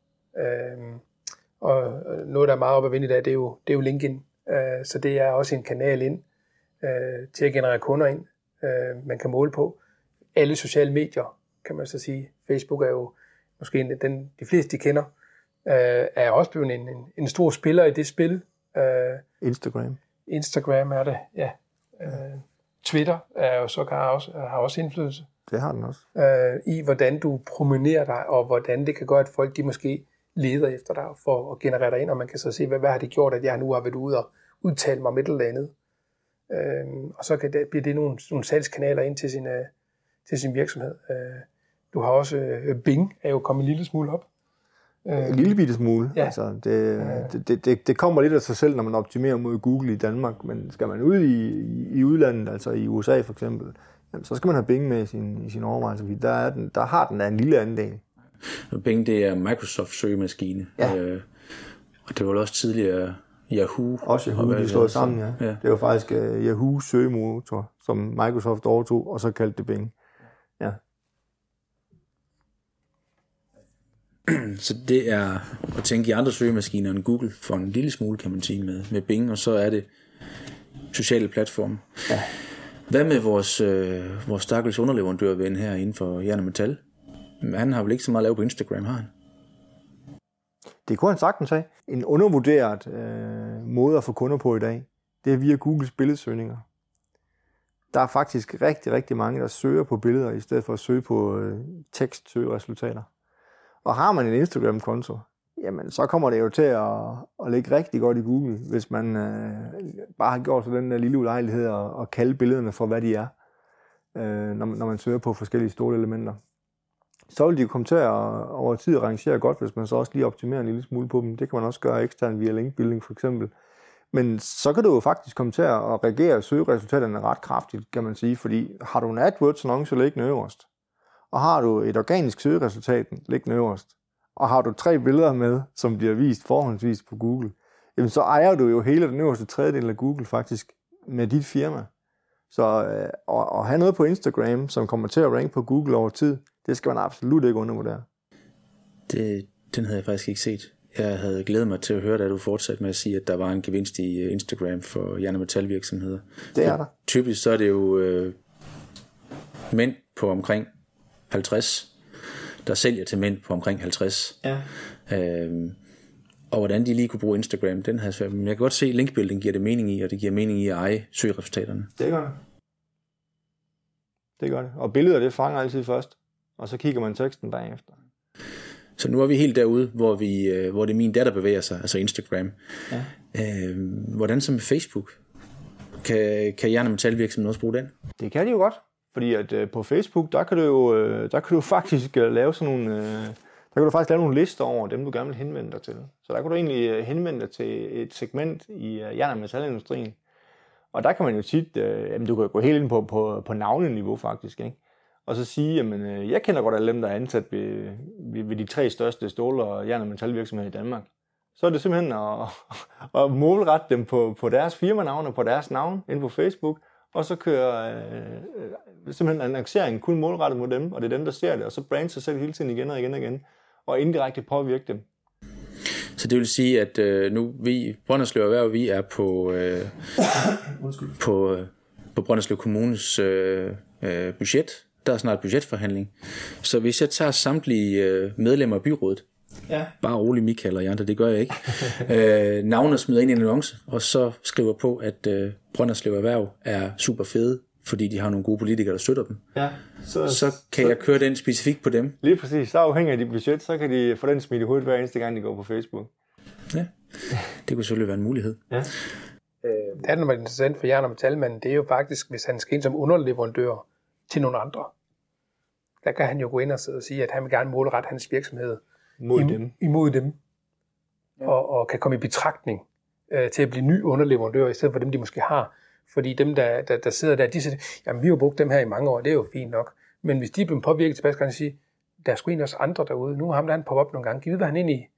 Og noget, der er meget op at vinde i dag, det er jo LinkedIn. Så det er også en kanal ind til at generere kunder ind. Man kan måle på alle sociale medier, kan man så sige. Facebook er jo måske de fleste, de kender, er også blevet en stor spiller i det spil. Instagram er det, ja. Twitter er jo har også indflydelse. Det har den også. I hvordan du promenerer dig, og hvordan det kan gøre, at folk de måske leder efter dig for at generere dig ind, og man kan så se, hvad har det gjort, at jeg nu har været ude og udtale mig om et eller andet. Og så bliver det nogle salgskanaler ind til sin virksomhed. Du har også Bing, er jo kommet en lille smule op. En lille bitte smule. Ja. Altså, det kommer lidt af sig selv, når man optimerer mod Google i Danmark, men skal man ud i udlandet, altså i USA for eksempel, så skal man have Bing med i sin overvejelse, fordi der har den en lille andel. Bing, det er Microsoft søgemaskine. Ja. Og det var også tidligere Yahoo. Også Yahoo, de slået sammen, ja. Det var faktisk Yahoo søgemotor, som Microsoft overtog, og så kaldte det Bing. Ja. Så det er at tænke i andre søgemaskiner end Google for en lille smule, kan man sige, med Bing, og så er det sociale platforme. Ja. Hvad med vores stakkels underleverandørven her inden for jern og metal? Han har vel ikke så meget at lave på Instagram, har han? Det kunne han sagtens have. En undervurderet måde at få kunder på i dag, det er via Googles billedsøgninger. Der er faktisk rigtig, rigtig mange, der søger på billeder, i stedet for at søge på tekstsøgeresultater. Og har man en Instagram-konto, jamen så kommer det jo til at ligge rigtig godt i Google, hvis man bare har gjort sådan den der lille ulejlighed og kalde billederne for, hvad de er, når man søger på forskellige store elementer. Så vil de komme til at over tid rangere godt, hvis man så også lige optimerer en lille smule på dem. Det kan man også gøre eksternt via linkbuilding for eksempel. Men så kan du jo faktisk komme til at reagere søgeresultaterne ret kraftigt, kan man sige, fordi har du en AdWords-annonce liggende øverst, og har du et organisk søgeresultat liggende øverst, og har du 3 billeder med, som bliver vist forhåndsvis på Google, jamen så ejer du jo hele den øverste tredjedel af Google faktisk med dit firma. Så at have noget på Instagram, som kommer til at ranke på Google over tid, det skal man absolut ikke undervurdere. Den havde jeg faktisk ikke set. Jeg havde glædet mig til at høre, da du fortsatte med at sige, at der var en gevinst i Instagram for jern- og metalvirksomheder. Det er der. Typisk så er det jo mænd på omkring 50, der sælger til mænd på omkring 50. Ja. Og hvordan de lige kunne bruge Instagram, den har svært. Men jeg kan godt se, at linkbuilding giver det mening i, og det giver mening i at eje søgeresultaterne. Det gør det. Det gør det. Og billeder, det fanger altid først, og så kigger man teksten bagefter. Så nu er vi helt derude, hvor det min datter bevæger sig, altså Instagram. Ja. Hvordan så med Facebook? Kan jern- og metalvirksomheden også bruge den? Det kan de jo godt, fordi at på Facebook, der kan du faktisk lave sådan nogle... Der kan du faktisk lave nogle lister over dem, du gerne vil henvende dig til. Så der kan du egentlig henvende dig til et segment i jern- og metalindustrien. Og der kan man jo tit, du kan gå helt ind på navneniveau faktisk, ikke? Og så sige, jamen jeg kender godt alle dem, der er ansat ved de 3 største stål- og jern- og metalvirksomheder i Danmark. Så er det simpelthen at målrette dem på deres firmanavn og på deres navn inde på Facebook, og så kører simpelthen annonceringen kun målrettet mod dem, og det er dem, der ser det, og så brande sig selv hele tiden igen og igen og igen, og indirekte påvirke dem. Så det vil sige, at nu vi, Brønderslev Erhverv, vi er på Brønderslev Kommunes budget. Der er snart budgetforhandling. Så hvis jeg tager samtlige medlemmer af byrådet, bare rolig Michael og I andre, det gør jeg ikke, navnet smider ind i en annonce, og så skriver på, at Brønderslev Erhverv er super fede, fordi de har nogle gode politikere, der støtter dem. Ja, så kan jeg køre den specifikt på dem. Lige præcis. Så afhængig af dit budget, så kan de få den smidt i hovedet hver eneste gang, de går på Facebook. Ja, det kunne selvfølgelig være en mulighed. Ja. Det er noget interessant for jern- og metalmanden, det er jo faktisk, hvis han skal ind som underleverandør til nogle andre. Der kan han jo gå ind og sige, at han vil gerne målrette hans virksomhed imod dem. Ja. Og kan komme i betragtning til at blive ny underleverandør, i stedet for dem, de måske har. Fordi dem, der sidder der, de siger, jamen vi har brugt dem her i mange år, det er jo fint nok. Men hvis de er blevet påvirket tilbage, så kan han sige, der er sgu en også andre derude. Nu har han poppet op nogle gange. Giv vide, hvad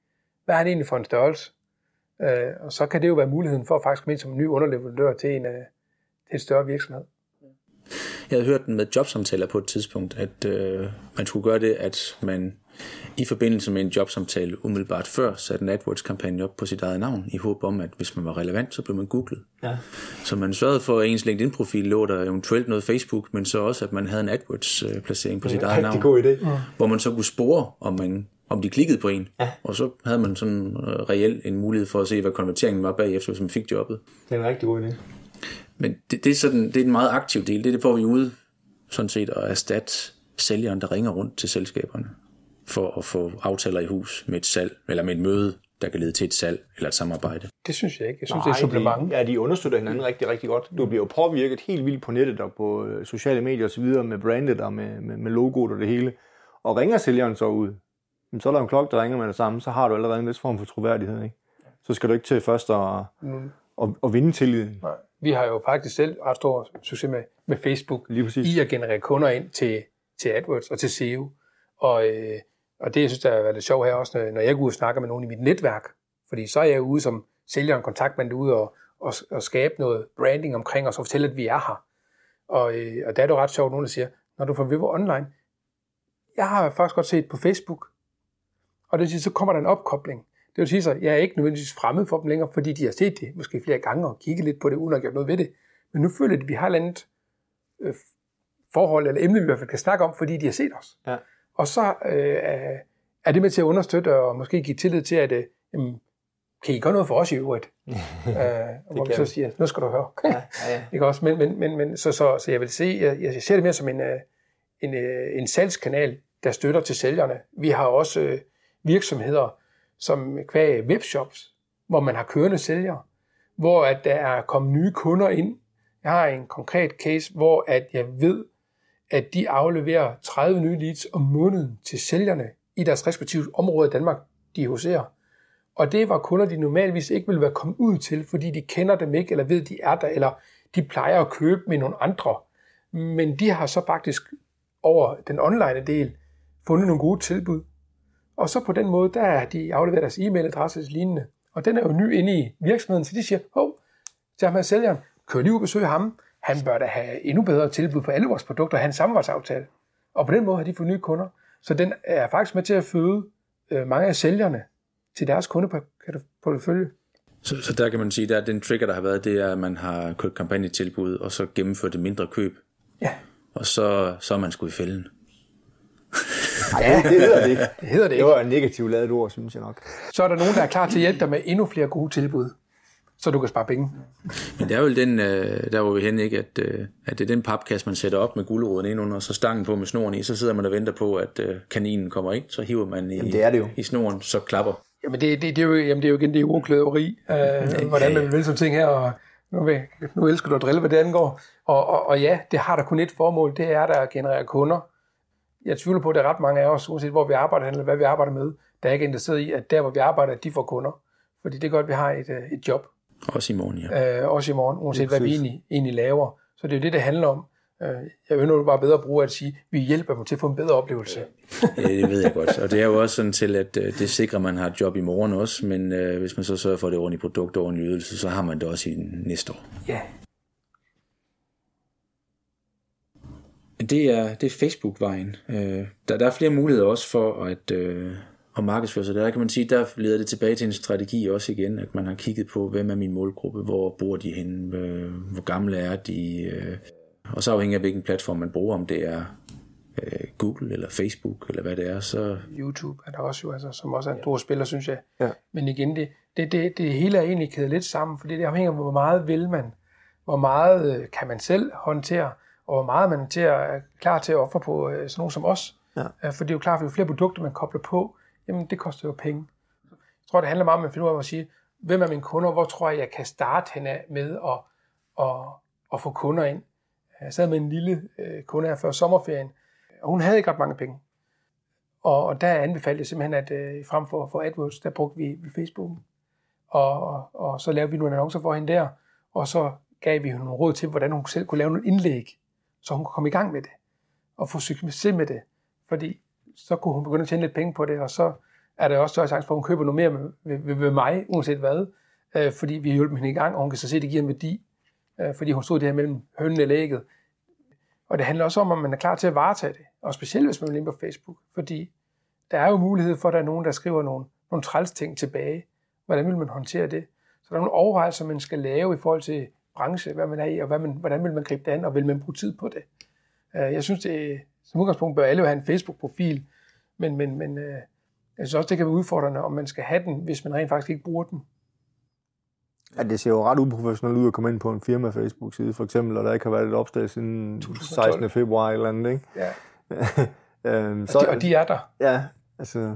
hvad er det egentlig for en størrelse? Og så kan det jo være muligheden for at faktisk komme ind som en ny underleverandør til en større virksomhed. Jeg havde hørt med jobsamtaler på et tidspunkt, at man skulle gøre det, at man i forbindelse med en jobsamtale umiddelbart før satte en AdWords-kampagne op på sit eget navn, i håb om, at hvis man var relevant, så blev man googlet. Ja. Så man sørgede for, at ens LinkedIn-profil lå der eventuelt noget Facebook, men så også, at man havde en AdWords-placering på sit eget navn. God idé. Hvor man så kunne spore, om de klikkede på en. Ja. Og så havde man sådan reelt en mulighed for at se, hvad konverteringen var bagefter, hvis man fik jobbet. Det er en rigtig god idé. Men det er en meget aktiv del. Det får vi ude sådan set at erstatte sælgeren, der ringer rundt til selskaberne for at få aftaler i hus med et salg, eller med et møde, der kan lede til et salg eller et samarbejde. Det synes jeg ikke. Jeg synes, det er supplement. Ja, de understøtter hinanden rigtig, rigtig godt. Du bliver jo påvirket helt vildt på nettet og på sociale medier og så videre med brandet og med logoet og det hele. Og ringer sælgeren så ud, så er der en klokke, der ringer med det samme, så har du allerede en vis form for troværdighed, ikke? Så skal du ikke til først at vinde tilliden. Nej. Vi har jo faktisk selv ret stor succes med Facebook i at generere kunder ind til AdWords og til SEO. Og det, jeg synes, der har været lidt sjovt her også, når jeg går ud og snakker med nogen i mit netværk. Fordi så er jeg ude som sælger en kontaktmand ude og skabe noget branding omkring os og fortælle, at vi er her. Og der er det ret sjovt, nogen der siger, når du får Vivo online, jeg har faktisk godt set på Facebook, og det vil sige, så kommer der en opkobling. Det vil sige, at jeg er ikke nødvendigvis fremmed for dem længere, fordi de har set det måske flere gange og kigget lidt på det, uden at gøre noget ved det. Men nu føler de, at vi har et eller andet forhold eller emne, vi i hvert fald kan snakke om, fordi de har set os. Ja. Og så er det med til at understøtte og måske give tillid til, at kan I gøre noget for os i øvrigt? Hvor vi så siger, nu skal du høre. Ja. Ikke også? Men så jeg vil se, jeg ser det mere som en salgskanal, der støtter til sælgerne. Vi har også virksomheder, som kvæg webshops, hvor man har kørende sælgere, hvor at der er kommet nye kunder ind. Jeg har en konkret case, hvor at jeg ved, at de afleverer 30 nye leads om måneden til sælgerne i deres respektive område i Danmark, de huserer. Og det var kunder, de normalvis ikke ville være kommet ud til, fordi de kender dem ikke, eller ved, de er der, eller de plejer at købe med nogle andre. Men de har så faktisk over den online del fundet nogle gode tilbud. Og så på den måde, der er de afleveret deres e-mailadresse og lignende. Og den er jo ny inde i virksomheden, så de siger, til ham her sælgeren, kør lige ud og besøg ham. Han bør da have endnu bedre tilbud på alle vores produkter og have en samarbejdsaftale. Og på den måde har de fået nye kunder. Så den er faktisk med til at føde mange af sælgerne til deres kundeportefølje. Så der kan man sige, at den trigger, der har været, det er, at man har købt kampagnetilbud, og så gennemført det mindre køb. Ja. Og så er man sgu i fælden. Ja, det hedder det ikke. Det hedder det ikke. Det var en negativ ladet ord, synes jeg nok. Så er der nogen, der er klar til at hjælpe dig med endnu flere gode tilbud, så du kan spare penge. Men det er jo den, der var vi hen, ikke, at det er den papkasse, man sætter op med guleroden ind under, og så stangen på med snoren i, så sidder man og venter på, at kaninen kommer ind, så hiver man i snoren, så klapper. Jamen det er jo igen det ordkløveri, hvordan man vil sådan ting her, og nu elsker du at drille, hvad det angår. Og ja, det har der kun et formål, det er der at generere kunder. Jeg tvivler på, at der er ret mange af os, uanset hvor vi arbejder eller hvad vi arbejder med, der er ikke interesseret i, at der hvor vi arbejder, at de får kunder. Fordi det er godt, at vi har et job. Også i morgen, ja. Også i morgen, uanset hvad vi egentlig laver. Så det er jo det handler om. Jeg ønsker bare bedre at bruge at sige, at vi hjælper dem til at få en bedre oplevelse. Ja, det ved jeg godt. Og det er jo også sådan til, at det sikrer, at man har et job i morgen også, men hvis man så sørger for det ordentlige produkt og ordentlig ydelse, så har man det også i næste år. Ja. Det er Facebook-vejen. Der er flere muligheder også for at markedsføre sig. Der kan man sige, der leder det tilbage til en strategi også igen, at man har kigget på, hvem er min målgruppe, hvor bor de henne, hvor gamle er de, og så afhængig af hvilken platform man bruger, om det er Google eller Facebook eller hvad det er. Så YouTube er der også jo, altså, som også er en stor spiller, synes jeg. Ja. Men igen, det hele er egentlig kædet lidt sammen, fordi det afhænger af, hvor meget vil man, hvor meget kan man selv håndtere, og hvor meget man er klar til at ofre på sådan nogen som os. Ja. For det er jo klart, at jo flere produkter man kobler på, jamen det koster jo penge. Jeg tror, det handler meget om at finde ud af at sige, hvem er mine kunder, hvor tror jeg kan starte henne med at få kunder ind. Jeg sad med en lille kunde her før sommerferien, og hun havde ikke ret mange penge. Og der anbefalede jeg simpelthen, at frem for AdWords, der brugte vi Facebook. Og så lavede vi nogle annoncer for hende der, og så gav vi hende nogle råd til, hvordan hun selv kunne lave nogle indlæg, så hun kunne komme i gang med det, og få succes med det. Fordi så kunne hun begynde at tjene lidt penge på det, og så er der også større chance for, at hun køber noget mere ved mig, uanset hvad, fordi vi har hjulpet hende i gang, og hun kan så se, at det giver en værdi, fordi hun stod det her mellem hønnen og ægget. Og det handler også om, at man er klar til at varetage det, og specielt hvis man vil ind på Facebook, fordi der er jo mulighed for, at der er nogen, der skriver nogle træls ting tilbage. Hvordan vil man håndtere det? Så der er nogle overvejelser, man skal lave i forhold til branche, hvad man er i, og hvordan vil man gribe det an, og vil man bruge tid på det? Jeg synes, det som udgangspunkt bør alle have en Facebook-profil, men jeg synes også, det kan være udfordrende, om man skal have den, hvis man rent faktisk ikke bruger den. Ja, det ser jo ret uprofessionelt ud at komme ind på en firma Facebook-side, for eksempel, og der ikke har været et opslag siden 16. februar eller andet, ikke? Ja. Og de er der. Ja, altså...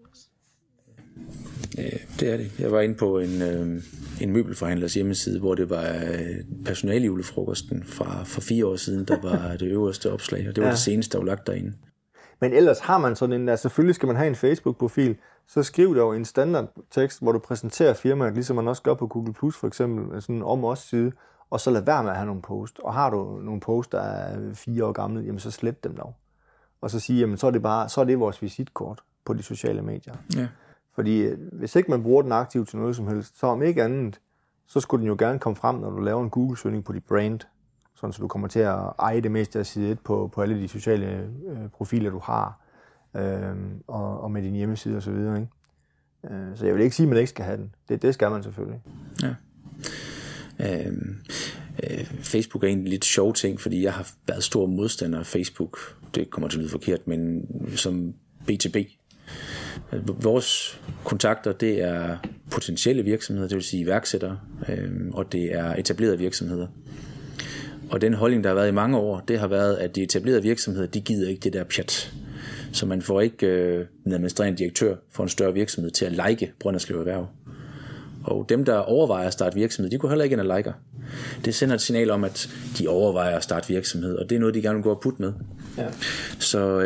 Det er det. Jeg var inde på en møbelforhandlers hjemmeside, hvor det var personalejulefrokosten fra 4 år siden, der var det øverste opslag, og det var det seneste, der var lagt derinde. Men ellers har man sådan en, altså selvfølgelig skal man have en Facebook-profil, så skriv der jo en standardtekst, hvor du præsenterer firmaet, ligesom man også gør på Google Plus for eksempel, sådan om os side, og så lad være med at have nogle post. Og har du nogle post, der er 4 år gamle, jamen så slet dem dog. Og så sige, jamen så er det vores visitkort på de sociale medier. Ja. Fordi hvis ikke man bruger den aktivt til noget som helst, så om ikke andet, så skulle den jo gerne komme frem, når du laver en Google-søgning på dit brand, sådan så du kommer til at eje det meste af side 1 på alle de sociale profiler, du har, og med din hjemmeside og så videre, ikke? Så jeg vil ikke sige, at man ikke skal have den. Det skal man selvfølgelig. Ja. Facebook er en lidt sjov ting, fordi jeg har været stor modstander af Facebook. Det kommer til at lyde forkert, men som B2B. Vores kontakter, det er potentielle virksomheder, det vil sige iværksættere, og det er etablerede virksomheder. Og den holdning, der har været i mange år, det har været, at de etablerede virksomheder, de gider ikke det der pjat. Så man får ikke en administrerende direktør for en større virksomhed til at like Brønderslev Erhverv. Og dem, der overvejer at starte virksomhed, de går heller ikke ind og liker. Det sender et signal om, at de overvejer at starte virksomhed, og det er noget, de gerne vil gå og putte med. Ja. Så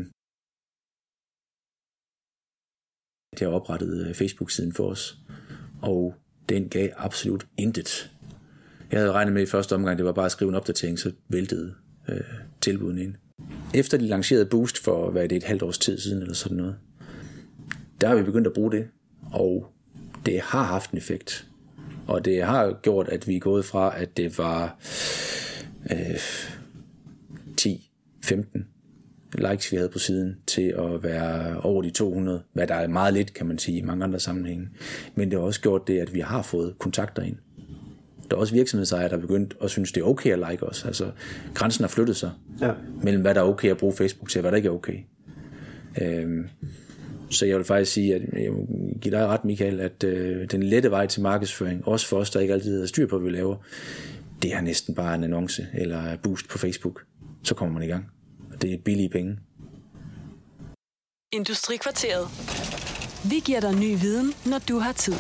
de har oprettet Facebook-siden for os, og den gav absolut intet. Jeg havde regnet med i første omgang, det var bare at skrive en opdatering, så væltede tilbudene ind. Efter de lancerede Boost for, hvad er det, et halvt års tid siden, eller sådan noget, der har vi begyndt at bruge det, og det har haft en effekt. Og det har gjort, at vi er gået fra, at det var 10-15 likes, vi havde på siden, til at være over de 200, hvad der er meget lidt, kan man sige, i mange andre sammenhænge. Men det har også gjort det, at vi har fået kontakter ind. Der er også virksomhedsejere, der er begyndt at synes, det er okay at like os. Altså, grænsen har flyttet sig mellem, hvad der er okay at bruge Facebook til, og hvad der ikke er okay. Så jeg vil faktisk sige, at jeg vil give dig ret, Michael, at den lette vej til markedsføring, også for os, der ikke altid har styr på, hvad vi laver, det er næsten bare en annonce eller boost på Facebook. Så kommer man i gang. Og det er billige penge. Industrikvarteret. Vi giver dig ny viden, når du har tid.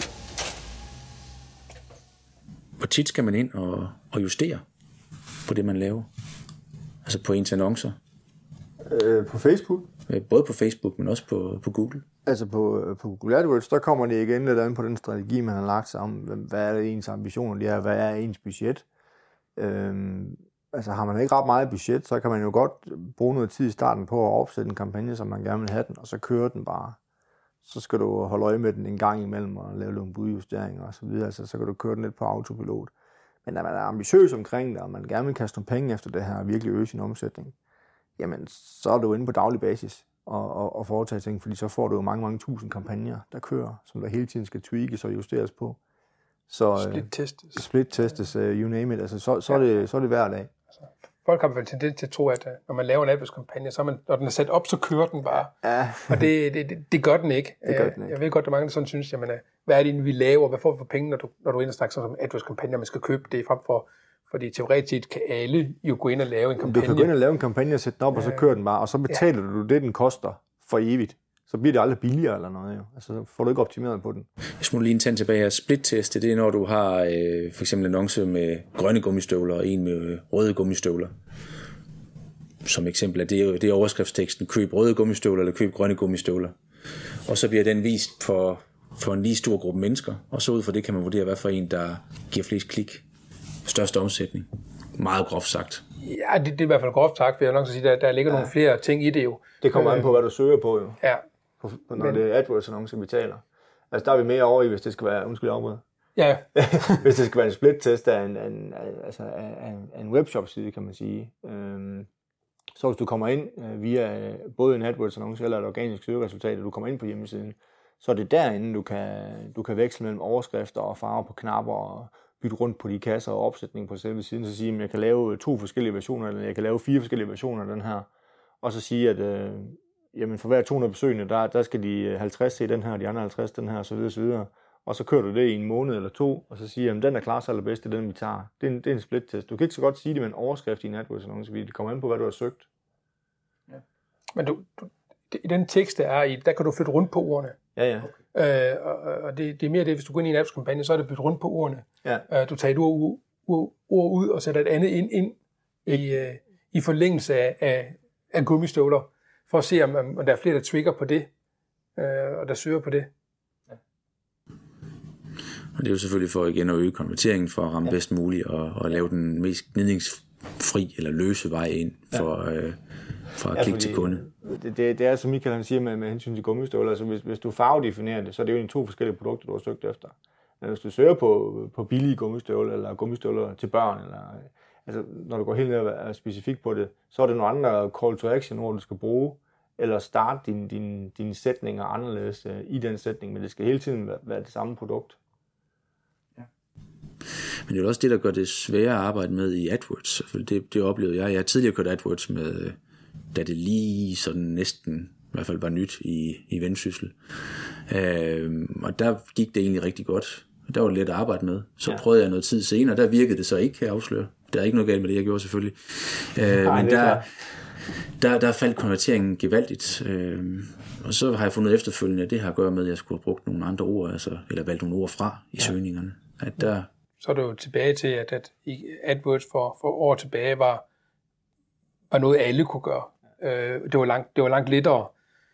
Hvor tit skal man ind og justere på det, man laver? Altså på ens annoncer? På Facebook? Både på Facebook, men også på Google. Altså på Google AdWords, der kommer det igen lidt an på den strategi, man har lagt sammen. Hvad er det ens ambitioner, det er? Hvad er ens budget? Altså har man ikke ret meget budget, så kan man jo godt bruge noget tid i starten på at opsætte en kampagne, som man gerne vil have den, og så kører den bare. Så skal du holde øje med den en gang imellem og lave nogle budjusteringer og så videre. Altså, så kan du køre den lidt på autopilot. Men når man er ambitiøs omkring det, og man gerne vil kaste nogle penge efter det her og virkelig øge sin omsætning, jamen så er du inde på daglig basis og foretage ting, fordi så får du jo mange tusind kampagner, der kører, som der hele tiden skal tweakes og justeres på. Så split-testes, you name it. Altså, så er det hver dag. Folk har vel tendens til at tro, at når man laver en AdWords-kampagne, så når den er sat op, så kører den bare. Ja. Og det gør den ikke. Jeg ved godt, at mange der sådan synes, jamen, hvad er det, vi laver? Hvad får vi for penge, når du snakker sådan som AdWords-kampagne, man skal købe det frem for? Fordi teoretisk kan alle jo gå ind og lave en kampagne. Du kan gå ind og lave en kampagne og sætte den op, og så kører den bare, og så betaler du det, den koster for evigt. Så bliver det aldrig billigere eller noget. Jo. Altså, så får du ikke optimeret på den. Jeg må lige en tand tilbage her. Split-teste, det er, når du har for eksempel en annonce med grønne gummistøvler og en med røde gummistøvler. Som eksempel, at det er overskriftsteksten, køb røde gummistøvler eller køb grønne gummistøvler. Og så bliver den vist for en lige stor gruppe mennesker, og så ud fra det kan man vurdere, hvad for en, der giver flest klik, største omsætning. Meget groft sagt. Ja, det er i hvert fald groft sagt, for jeg vil nok sige, der ligger nogle flere ting i det jo. Det kommer an på, hvad du søger på jo. Ja, når det er AdWords-annoncer, vi taler. Altså der er vi mere over i, hvis det skal være, undskyld afbryde. Ja. Hvis det skal være en split-test af en webshop-side, kan man sige. Så hvis du kommer ind via både en AdWords-annonce eller et organisk søgeresultat, og du kommer ind på hjemmesiden, så er det derinde, du kan veksle mellem overskrifter og farver på knapper og bytte rundt på de kasser og opsætning på selve siden, så sige, at jeg kan lave 2 forskellige versioner, eller jeg kan lave 4 forskellige versioner af den her, og så sige, at jamen for hver 200 besøgende, der skal de 50 se den her, de andre 50 den her, osv. Og så kører du det i en måned eller 2, og så siger at den er klar så allerbedst, det er den, vi tager. Det er en split-test. Du kan ikke så godt sige det med en overskrift i en AdWords-annonce, fordi det kommer an på, hvad du har søgt. Ja. Men i den tekst, der er i, der kan du flytte rundt på ordene. Ja. Og det er mere det, hvis du går ind i en AdWords-kampagne, så er det bytte rundt på ordene. Ja. Du tager et ord ud, og sætter et andet ind i forlængelse af gummistøvler, for at se, om der er flere, der trigger på det, og der søger på det. Og det er jo selvfølgelig for igen at øge konverteringen, for at ramme bedst muligt, og lave den mest gnidningsfri eller løse vej ind fra klik til kunde. Det er, som Michael han siger med hensyn til gummistøvler, altså hvis du farvedefinerer det, så er det jo en 2 forskellige produkter, du har søgt efter. Men hvis du søger på billige gummistøvler, eller gummistøvler til børn, eller, altså når du går helt ned og er specifik på det, så er det nogle andre call to action, hvor du skal bruge, eller starte dine sætninger anderledes i den sætning, men det skal hele tiden være det samme produkt. Men det er også det, der gør det svære at arbejde med i AdWords. Det oplevede jeg. Jeg har tidligere kørt AdWords med, da det lige sådan næsten, i hvert fald var nyt i Vendsyssel. Og der gik det egentlig rigtig godt. Der var det let at arbejde med. Så prøvede jeg noget tid senere, der virkede det så ikke, kan jeg afsløre. Der er ikke noget galt med det, jeg gjorde selvfølgelig. Men der faldt konverteringen gevaldigt. Og så har jeg fundet efterfølgende, at det har at gøre med, at jeg skulle have brugt nogle andre ord, eller valgt nogle ord fra i søgningerne. Så er du jo tilbage til, at AdWords for år tilbage var noget, alle kunne gøre. Det var langt lettere.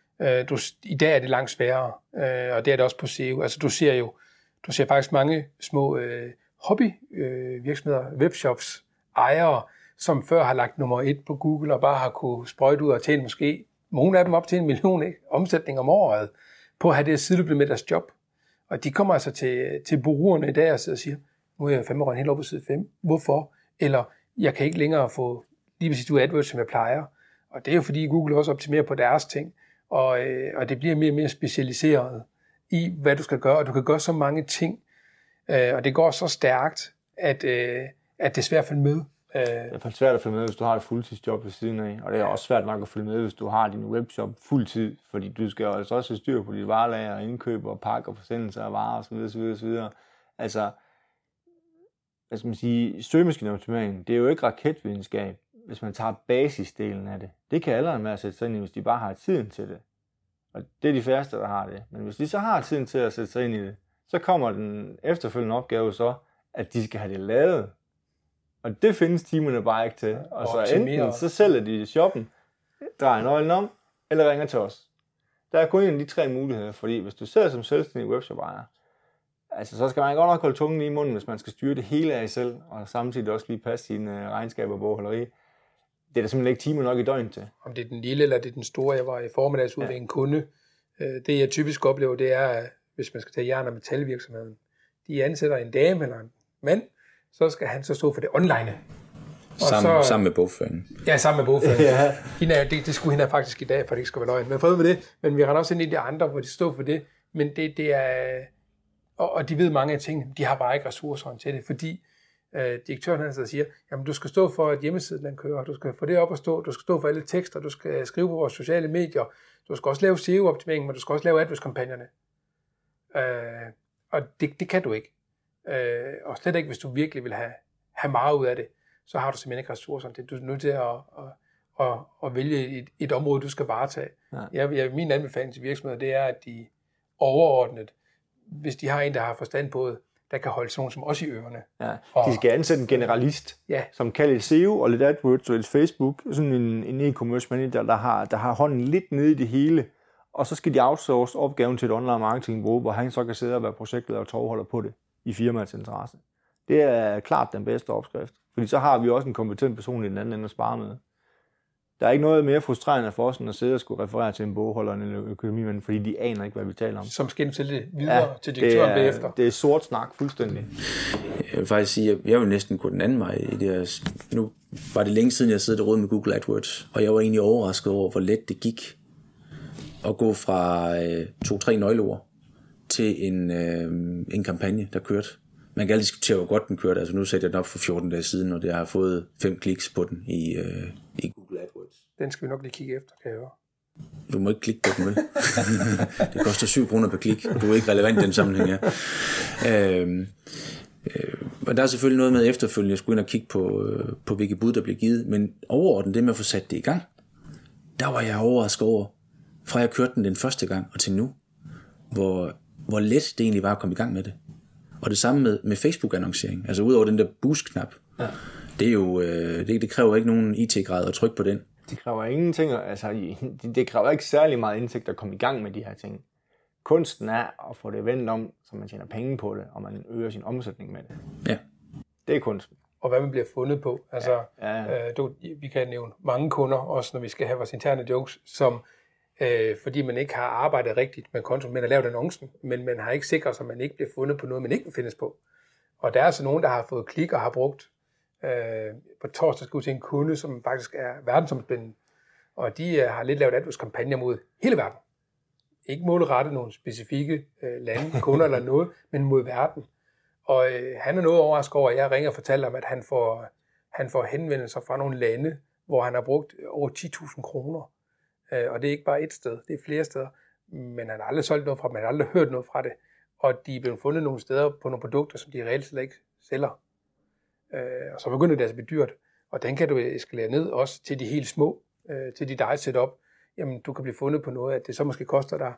I dag er det langt sværere, og det er det også på SEO. Altså du ser faktisk mange små hobbyvirksomheder, webshops, ejere, som før har lagt nummer 1 på Google og bare har kunne sprøjte ud og tjene måske nogle af dem op til 1 million omsætning om året på at have det sideløbende med deres job. Og de kommer altså til bureauerne i dag og siger, nu er jeg fandme røget helt op på side 5. Hvorfor? Eller jeg kan ikke længere få lige præcis ud AdWords, som jeg plejer. Og det er jo fordi Google også optimerer på deres ting. Og det bliver mere og mere specialiseret i, hvad du skal gøre. Og du kan gøre så mange ting. Og det går så stærkt, at det er svært at følge med. Det er svært at følge med, hvis du har et fuldtidsjob ved siden af. Og det er også svært nok at følge med, hvis du har din webshop fuldtid. Fordi du skal altså også have styr på dit varelager, indkøb og pakke og forsendelser af varer osv. Altså, hvad skal man sige, søgemaskineoptimering, det er jo ikke raketvidenskab, hvis man tager basisdelen af det. Det kan alle med at sætte sig ind i, hvis de bare har tiden til det. Og det er de færreste, der har det. Men hvis de så har tiden til at sætte sig ind i det, så kommer den efterfølgende opgave så, at de skal have det lavet. Og det findes timerne bare ikke til. Og så enten så sælger de shoppen, drejer nøglen om, eller ringer til os. Der er kun en af de 3 muligheder, fordi hvis du sidder som selvstændig webshop-ejer, altså så skal man godt nok holde tungen i munden, hvis man skal styre det hele af sig selv, og samtidig også lige passe sine regnskaber og bogholderi. Det er der simpelthen ikke timer nok i døgn til. Om det er den lille eller det er den store, jeg var i formiddags ude ved en kunde. Det jeg typisk oplever, det er, hvis man skal tage jern- og metalvirksomheden. De ansætter en dame eller en mand, så skal han så stå for det online. Sammen med bogføringen. Ja, sammen med bogføringen. Det skulle hende faktisk i dag, for det ikke skal være løgn. Men fred med det. Men vi render også ind i de andre, hvor de står for det. Men det er... Og de ved mange af tingene. De har bare ikke ressourcerne til det, fordi direktøren han så siger, jamen du skal stå for, at hjemmesiden den kører, du skal få det op at stå, du skal stå for alle tekster, du skal skrive på vores sociale medier, du skal også lave SEO-optimering, men du skal også lave AdWords-kampagnerne. Og det kan du ikke. Og slet ikke, hvis du virkelig vil have meget ud af det, så har du simpelthen ikke ressourcerne til. Du er nødt til at vælge et område, du skal varetage. Ja. Min anbefaling til virksomheder, det er, at de overordnet, hvis de har en, der har forstand på det, der kan holde sådan nogen som os i ørerne. Ja, de skal ansætte en generalist, som kan lidt SEO og lidt AdWords og lidt Facebook, sådan en e-commerce manager, der har hånden lidt nede i det hele, og så skal de outsource opgaven til et online marketingbureau, hvor han så kan sidde og være projektleder og tovholder på det i firmaets interesse. Det er klart den bedste opskrift, fordi så har vi også en kompetent person i den anden ende at spare med. Der er ikke noget mere frustrerende for os, end at sidde og skulle referere til en bogholder eller økonomimand, fordi de aner ikke, hvad vi taler om. Som skal til det videre til direktøren bagefter. Det er sort snak fuldstændig. Jeg vil faktisk sige, at jeg vil næsten gå den anden vej i det her. Nu var det længe siden, jeg sad og råd med Google AdWords, og jeg var egentlig overrasket over, hvor let det gik at gå fra 2-3 nøgleord til en kampagne, der kørte. Man kan altid diskutere, hvor godt den kørte. Altså nu satte jeg den op for 14 dage siden, og jeg har fået 5 kliks på den i Google AdWords. Den skal vi nok lige kigge efter, kan jeg høre. Du må ikke klikke på den, vel? Det koster 7 kroner per klik, og du er ikke relevant i den sammenhæng her. Og der er selvfølgelig noget med efterfølgende, jeg skulle ind og kigge på hvilke bud, der bliver givet, men overordnet det med at få sat det i gang, der var jeg overrasket over, fra jeg kørte den første gang og til nu, hvor let det egentlig var at komme i gang med det. Og det samme med Facebook-annoncering, altså udover den der boost-knap, det er jo, det kræver ikke nogen IT-grad at trykke på den. Det kræver ingenting, altså det kræver ikke særlig meget indsigt at komme i gang med de her ting. Kunsten er at få det vendt om, så man tjener penge på det, og man øger sin omsætning med det. Ja. Det er kunsten. Og hvad man bliver fundet på. Altså, vi kan nævne mange kunder, også når vi skal have vores interne jokes, som fordi man ikke har arbejdet rigtigt med kontoen, man har lavet annoncen, men man har ikke sikret sig, at man ikke bliver fundet på noget, man ikke vil findes på. Og der er altså nogen, der har fået klik og har brugt på torsdag skulle til en kunde, som faktisk er verdensomspændende, og de har lidt lavet AdWords-kampagner mod hele verden. Ikke målrettet nogle specifikke lande, kunder eller noget, men mod verden. Og han er noget overrasket over, at jeg ringer og fortæller ham, at han får henvendelser fra nogle lande, hvor han har brugt over 10.000 kroner. Og det er ikke bare et sted, det er flere steder. Men han har aldrig solgt noget fra dem, han har aldrig hørt noget fra det. Og de er blevet fundet nogle steder på nogle produkter, som de reelt slet ikke sælger. Og så begynder det altså at blive dyrt. Og den kan du eskalere ned også til de helt små, til dit eget setup. Jamen, du kan blive fundet på noget, at det så måske koster dig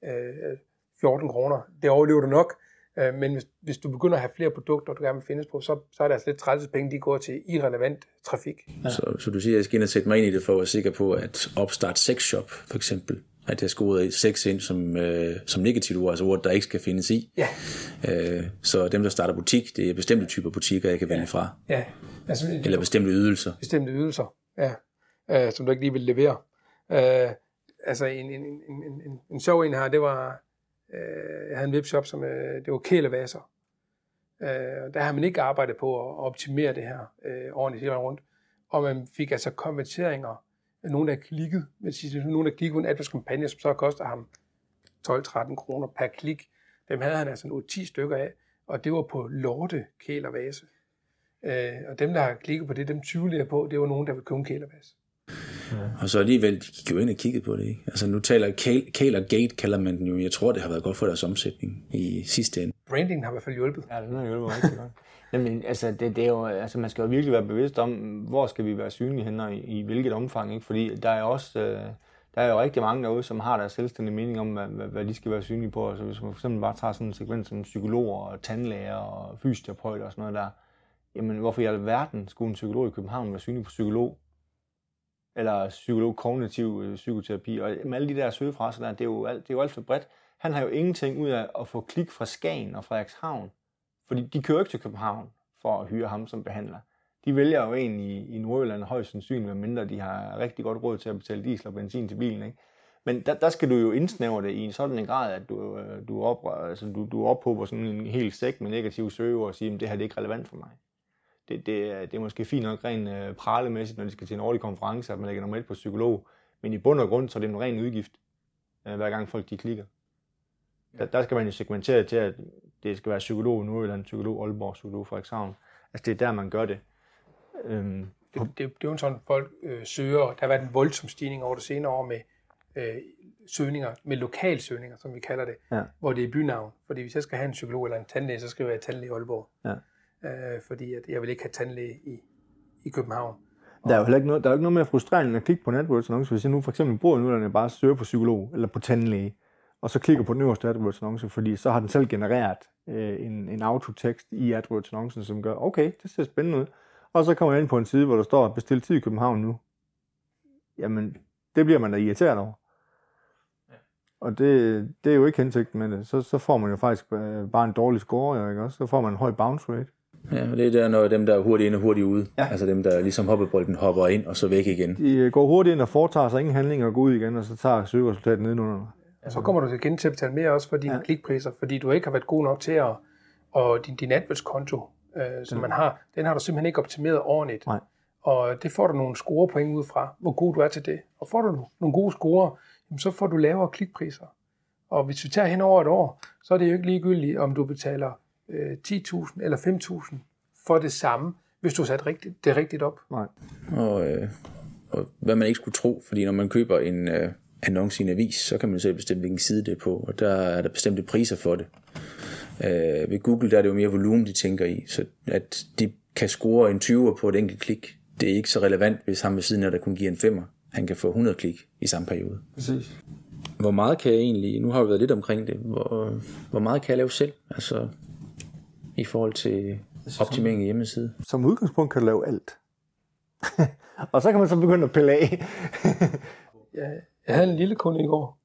14 kroner. Det overlever du nok. Men hvis du begynder at have flere produkter, du gerne vil findes på, så er der altså lidt træls penge, de går til irrelevant trafik. Ja. Så du siger, at jeg skal ind og sætte mig ind i det, for at være sikker på, at opstart sexshop, for eksempel, at jeg skal ud af sex ind som negativt ord, altså ord, der ikke skal findes i. Ja. Så dem, der starter butik, det er bestemte typer butikker, jeg kan vælge fra. Ja. Altså, eller bestemte ydelser. Bestemte ydelser, ja. Som du ikke lige vil levere. Altså en sjov en her, det var, jeg havde en webshop, som det var kælevaser. Der har man ikke arbejdet på at optimere det her ordentligt hele rundt. Og man fik altså konverteringer af nogen, der har klikket. Nogen, der klikkede på en AdWords-kampagne, som så koster ham 12-13 kroner per klik. Dem havde han altså 10 stykker af, og det var på lorte kælervase. Og dem, der har klikket på det, dem tvivler jeg på, det var nogen, der vil købe en kælervase. Ja. Og så alligevel, de gik jo ind og kiggede på det, ikke? Altså nu taler Kælergate, kalder man den jo. Jeg tror, det har været godt for deres omsætning i sidste ende. Brandingen har i hvert fald hjulpet. Ja, den har hjulpet rigtig godt. Jamen, altså, det er jo, altså, man skal jo virkelig være bevidst om, hvor skal vi være synlige henne, og i hvilket omfang, ikke? Fordi der er også, der er jo rigtig mange derude, som har deres selvstændige mening om, hvad de skal være synlige på. Altså, hvis man for eksempel bare tager sådan en sekvens som psykologer og tandlæger og fysioterapeuter og sådan noget der, jamen, hvorfor i alverden skulle en psykolog i København være synlig på psykolog? Eller psykolog-kognitiv psykoterapi, og med alle de der søgefraser der, det er jo alt for bredt. Han har jo ingenting ud af at få klik fra Skagen og Frederikshavn, fordi de kører ikke til København for at hyre ham som behandler. De vælger jo en i Nordjylland højst sandsynligt, medmindre de har rigtig godt råd til at betale diesel og benzin til bilen, ikke? Men der skal du jo indsnævre det i en sådan en grad, at du ophober sådan en hel sæk med negative søgeord og siger, at det her det er ikke relevant for mig. Det er måske fint nok rent pralemæssigt, når de skal til en årlig konference, at man lægger nummer 1 på psykolog, men i bund og grund, så er det en ren udgift, hver gang folk de klikker. Der skal man jo segmentere til, at det skal være psykolog i Nordjylland, psykolog Aalborg, psykolog Frederikshavn. Altså det er der, man gør det. Det er jo sådan, folk søger. Der har været en voldsom stigning over det senere år med søgninger, med lokalsøgninger, som vi kalder det, hvor det er bynavn. Fordi hvis jeg skal have en psykolog eller en tandlæge, så skriver jeg tandlæge i Aalborg. Ja. Fordi at jeg vil ikke have tandlæge i København. Der er jo heller ikke noget, ikke noget mere frustrerende end at klikke på en AdWords-annonce. Hvis jeg nu for eksempel bor i Nordjylland, jeg bare søger på psykolog eller på tandlæge, og så klikker på den øverste AdWords-annonce, fordi så har den selv genereret en autotekst i AdWords-annoncen, som gør, okay, det ser spændende ud. Og så kommer jeg ind på en side, hvor der står, bestil tid i København nu. Jamen, det bliver man da irriteret over. Ja. Og det er jo ikke hensigten med det. Så får man jo faktisk bare en dårlig score, ikke også? Så får man en høj bounce rate. Ja, det er der, når dem, der er hurtigt ind og hurtigt ude. Ja. Altså dem, der ligesom hoppebolden hopper ind og så væk igen. De går hurtigt ind og foretager sig ingen handlinger og går ud igen, og så tager søgeresultatet nedenunder. Ja, så kommer du igen til at betale mere også for dine klikpriser, fordi du ikke har været god nok til at... Og din AdWords-konto, som man har, den har du simpelthen ikke optimeret ordentligt. Nej. Og det får du nogle scorepoint ud fra, hvor god du er til det. Og får du nogle gode score, så får du lavere klikpriser. Og hvis vi tager hen over et år, så er det jo ikke ligegyldigt, om du betaler 10.000 eller 5.000 for det samme, hvis du har sat det rigtigt op. Nej. Og hvad man ikke skulle tro, fordi når man køber en annonce i en avis, så kan man selv bestemme, hvilken side det er på, og der er der bestemte priser for det. Ved Google der er det jo mere volumen, de tænker i, så at de kan score en 20'er på et enkelt klik, det er ikke så relevant, hvis ham ved siden af der kun giver en 5'er. Han kan få 100 klik i samme periode. Præcis. Hvor meget kan jeg egentlig, nu har vi været lidt omkring det, hvor meget kan jeg lave selv, altså i forhold til optimering af hjemmeside? Som udgangspunkt kan du lave alt. Og så kan man så begynde at pille af. Jeg havde en lille kunde i går,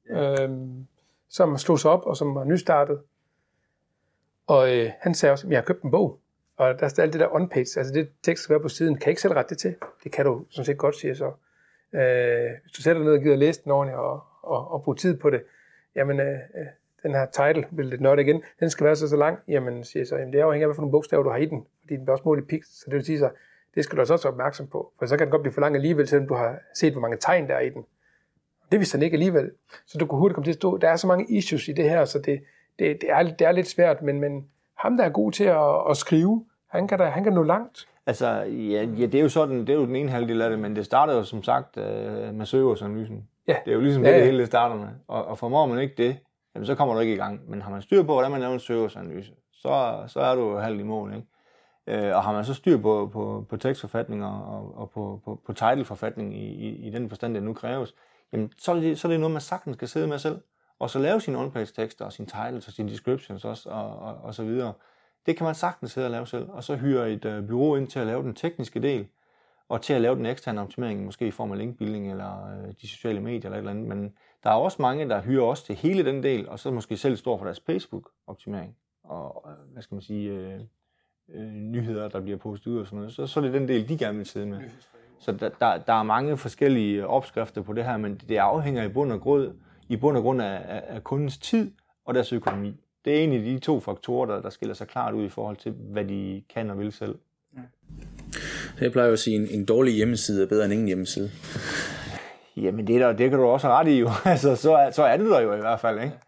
som slog sig op og som var nystartet. Og han sagde også, at jeg har købt en bog, og der er alt det der on-page, altså det tekst skal være på siden, kan jeg ikke selv rette det til? Det kan du sådan set godt, siger så. Hvis du sætter dig ned og gider læse den ordentligt og bruge tid på det, jamen den her title, vil det nørde igen, den skal være så lang, jamen siger så, jamen det afhænger af, hvad for nogle bogstaver du har i den, fordi den bliver også målt i pixels, så det vil sige så, det skal du også være opmærksom på, for så kan den godt blive for lang alligevel, selvom du har set, hvor mange tegn der er i den. Det vidste han ikke alligevel, så du kunne hurtigt komme til at stå, der er så mange issues i det her, så det er lidt svært, men ham, der er god til at skrive, han kan nå langt. Altså, ja, det er jo sådan, det er jo den ene halvdel af det, men det starter jo som sagt med søgeordsanalysen. Ja. Det er jo ligesom det hele det starter med. Og formår man ikke det, jamen, så kommer du ikke i gang. Men har man styr på, hvordan man laver en søgeordsanalyse, så er du halvt i mål, ikke? Og har man så styr på tekstforfatning og på titleforfatning i den forstand, det nu kræves, jamen, så er det noget, man sagtens skal sidde med selv. Og så lave sine on-page tekster og sine titles og sine descriptions også, og så videre. Det kan man sagtens sidde og lave selv. Og så hyre et bureau ind til at lave den tekniske del, og til at lave den eksterne optimering, måske i form af linkbuilding eller de sociale medier eller et eller andet. Men der er også mange, der hyrer også til hele den del, og så måske selv står for deres Facebook-optimering. Og hvad skal man sige, nyheder, der bliver postet ud og sådan noget. Så er det den del, de gerne vil sidde med. Så der er mange forskellige opskrifter på det her, men det afhænger i bund og grund af kundens tid og deres økonomi. Det er egentlig de to faktorer, der skiller sig klart ud i forhold til, hvad de kan og vil selv. Ja. Jeg plejer jo at sige, at en dårlig hjemmeside er bedre end ingen hjemmeside. Jamen det kan du også ret i jo. Altså, så er det der jo i hvert fald, ikke?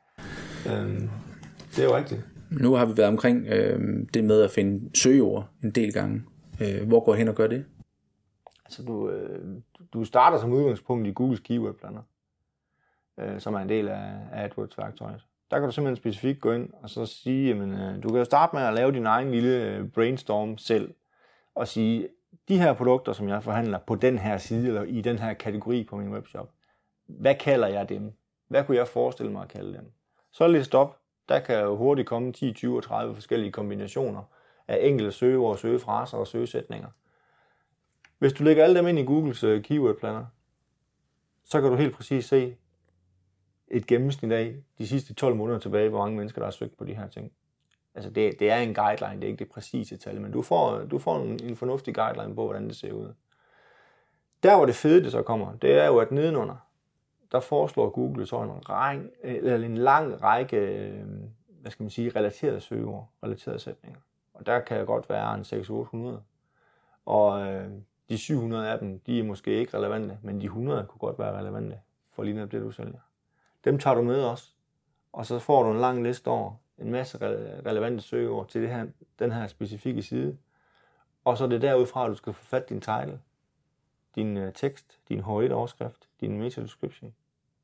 Det er jo rigtigt. Nu har vi været omkring det med at finde søgeord en del gange. Hvor går hen og gør det? Altså du starter som udgangspunkt i Googles Keyword Planner, som er en del af AdWords-værktøjet. Der kan du simpelthen specifikt gå ind og så sige, jamen, du kan jo starte med at lave din egen lille brainstorm selv, og sige, de her produkter, som jeg forhandler på den her side, eller i den her kategori på min webshop, hvad kalder jeg dem? Hvad kunne jeg forestille mig at kalde dem? Så list op. Der kan jo hurtigt komme 10, 20 og 30 forskellige kombinationer af enkelte søgeord, søgefraser og søgesætninger. Hvis du lægger alle dem ind i Googles Keyword Planner, så kan du helt præcis se et gennemsnit af de sidste 12 måneder tilbage, hvor mange mennesker, der har søgt på de her ting. Altså det er en guideline, det er ikke det præcise tal, men du får en fornuftig guideline på, hvordan det ser ud. Der, hvor det fede det så kommer, det er jo, at nedenunder, der foreslår Google så en lang række, hvad skal man sige, relaterede søgeord, relaterede sætninger. Og der kan godt være en 600-800. Og de 700 af dem, de er måske ikke relevante, men de 100 kunne godt være relevante for lige netop det, du sælger. Dem tager du med også, og så får du en lang liste over en masse relevante søgeord til den her specifikke side. Og så er det derudfra, at du skal få fat din title, din tekst, din H1-overskrift, din meta-description.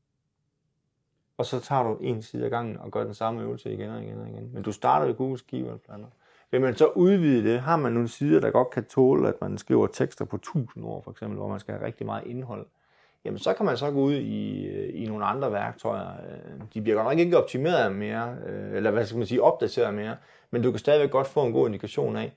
Og så tager du en side ad gangen og gør den samme øvelse igen og igen og igen. Men du starter ved Googles Keyword Planner. Vil man så udvide det, har man nogle sider, der godt kan tåle, at man skriver tekster på 1000 ord, for eksempel, hvor man skal have rigtig meget indhold. Jamen så kan man så gå ud i nogle andre værktøjer. De bliver godt nok ikke optimeret mere, eller hvad skal man sige, opdateret mere, men du kan stadigvæk godt få en god indikation af,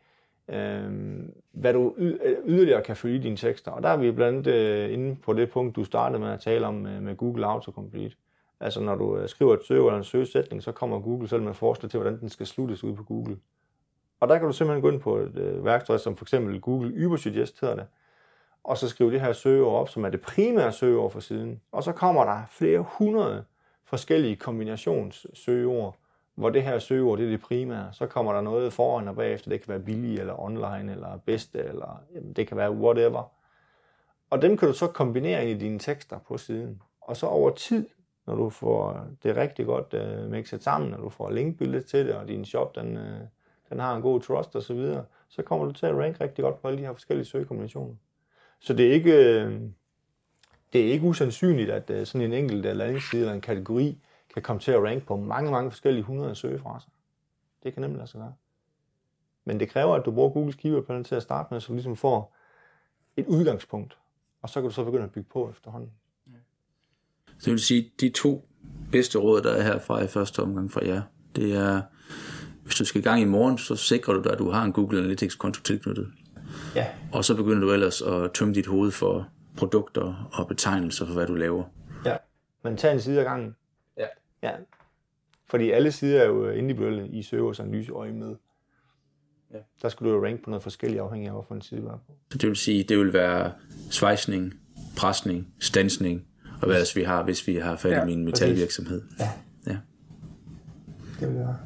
hvad du yderligere kan følge i dine tekster. Og der er vi blandt andet inde på det punkt, du startede med at tale om med Google Autocomplete. Altså når du skriver et søgeord eller en søgesætning, så kommer Google selv med forslag til, hvordan den skal sluttes ud på Google. Og der kan du simpelthen gå ind på et værktøj, som for eksempel Google Übersuggest hedder det, og så skrive det her søgeord op, som er det primære søgeord for siden. Og så kommer der flere hundrede forskellige kombinationssøgeord, hvor det her søgeord det er det primære. Så kommer der noget foran og bagefter. Det kan være billig, eller online, eller bedste, eller det kan være whatever. Og dem kan du så kombinere ind i dine tekster på siden. Og så over tid, når du får det rigtig godt mixet sammen, når du får linkbilledet til det, og din shop den har en god trust og så videre, så kommer du til at ranke rigtig godt på alle de her forskellige søgekombinationer. Så det er ikke usandsynligt, at sådan en enkelt landingsside eller en kategori kan komme til at ranke på mange forskellige 100 søgefraser. Det kan nemlig lade sig gøre. Men det kræver, at du bruger Googles keyword planner til at starte med, så du ligesom får et udgangspunkt, og så kan du så begynde at bygge på efterhånden. Så det vil sige, de 2 bedste råd, der er herfra i første omgang fra jer, det er, hvis du skal i gang i morgen, så sikrer du dig, at du har en Google Analytics-konto tilknyttet. Ja. Og så begynder du ellers at tømme dit hoved for produkter og betegnelser for, hvad du laver. Ja, men tag en side ad gangen. Ja. Fordi alle sider er jo individuelle i søgeordsanalyse og i med. Ja. Der skulle du jo ranke på noget forskelligt afhængig af, hvorfor en side var på. Så det vil sige, det vil være svejsning, presning, stansning, og hvad ellers vi har, hvis vi har fat i min metalvirksomhed. Ja. Det vil være.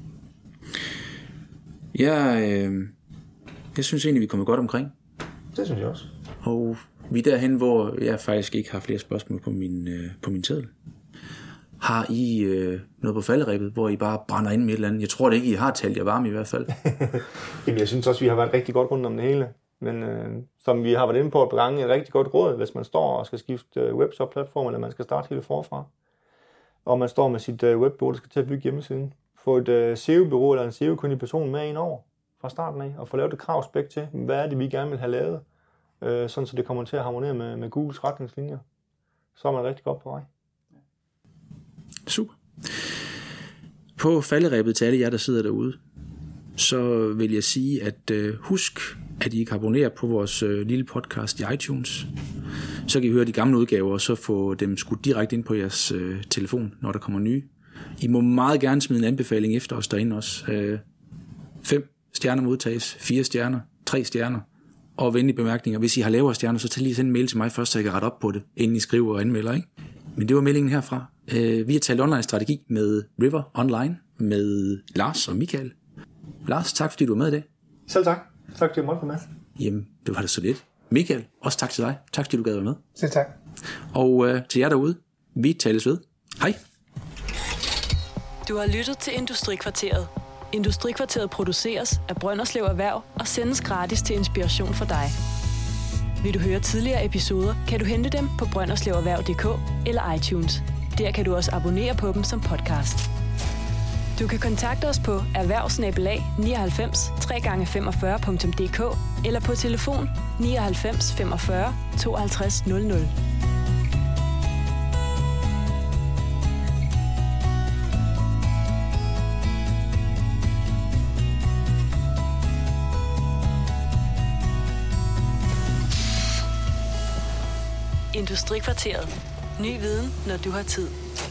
Jeg synes egentlig, vi er kommet godt omkring. Det synes jeg også. Og vi er derhen, hvor jeg faktisk ikke har flere spørgsmål på min seddel. Har I noget på falderebet, hvor I bare brænder ind med et eller andet? Jeg tror det ikke, I har talt jer varme i hvert fald. Jamen, jeg synes også, vi har været rigtig godt rundt om det hele. Men som vi har været inde på et par gange, et rigtig godt råd, hvis man står og skal skifte webshop-platform, eller man skal starte hele forfra. Og man står med sit webbureau, der skal til at bygge hjemmesiden. Få et SEO-bureau eller en SEO-kundig person med ind over fra starten af, og få lavet et kravspæk til, hvad er det, vi gerne vil have lavet, sådan så det kommer til at harmonere med Googles retningslinjer. Så er man rigtig godt på vej. Super. På falderebet til alle jer, der sidder derude, så vil jeg sige, at husk, at I kan abonnere på vores lille podcast i iTunes. Så kan I høre de gamle udgaver, og så få dem skudt direkte ind på jeres telefon, når der kommer nye. I må meget gerne smide en anbefaling efter os derinde også. 5 stjerner modtages, 4 stjerner, 3 stjerner, og venlige bemærkninger. Hvis I har lavere stjerner, så tag lige sende en mail til mig først, så jeg kan rette op på det, inden I skriver og anmelder, ikke? Men det var meldingen herfra. Vi har talt online strategi med River Online, med Lars og Michael. Lars, tak fordi du var med i dag. Selv tak. Tak fordi du måtte være med. Jamen, det var da så lidt. Michael, også tak til dig. Tak fordi du gad være med. Selv tak. Og til jer derude, vi tales ved. Hej. Du har lyttet til Industrikvarteret. Industrikvarteret produceres af Brønderslev Erhverv og sendes gratis til inspiration for dig. Vil du høre tidligere episoder, kan du hente dem på brønderslevererhverv.dk eller iTunes. Der kan du også abonnere på dem som podcast. Du kan kontakte os på erhvervsnabelag99 3x45.dk eller på telefon 99 45 52 00. Industrikvarteret. Ny viden, når du har tid.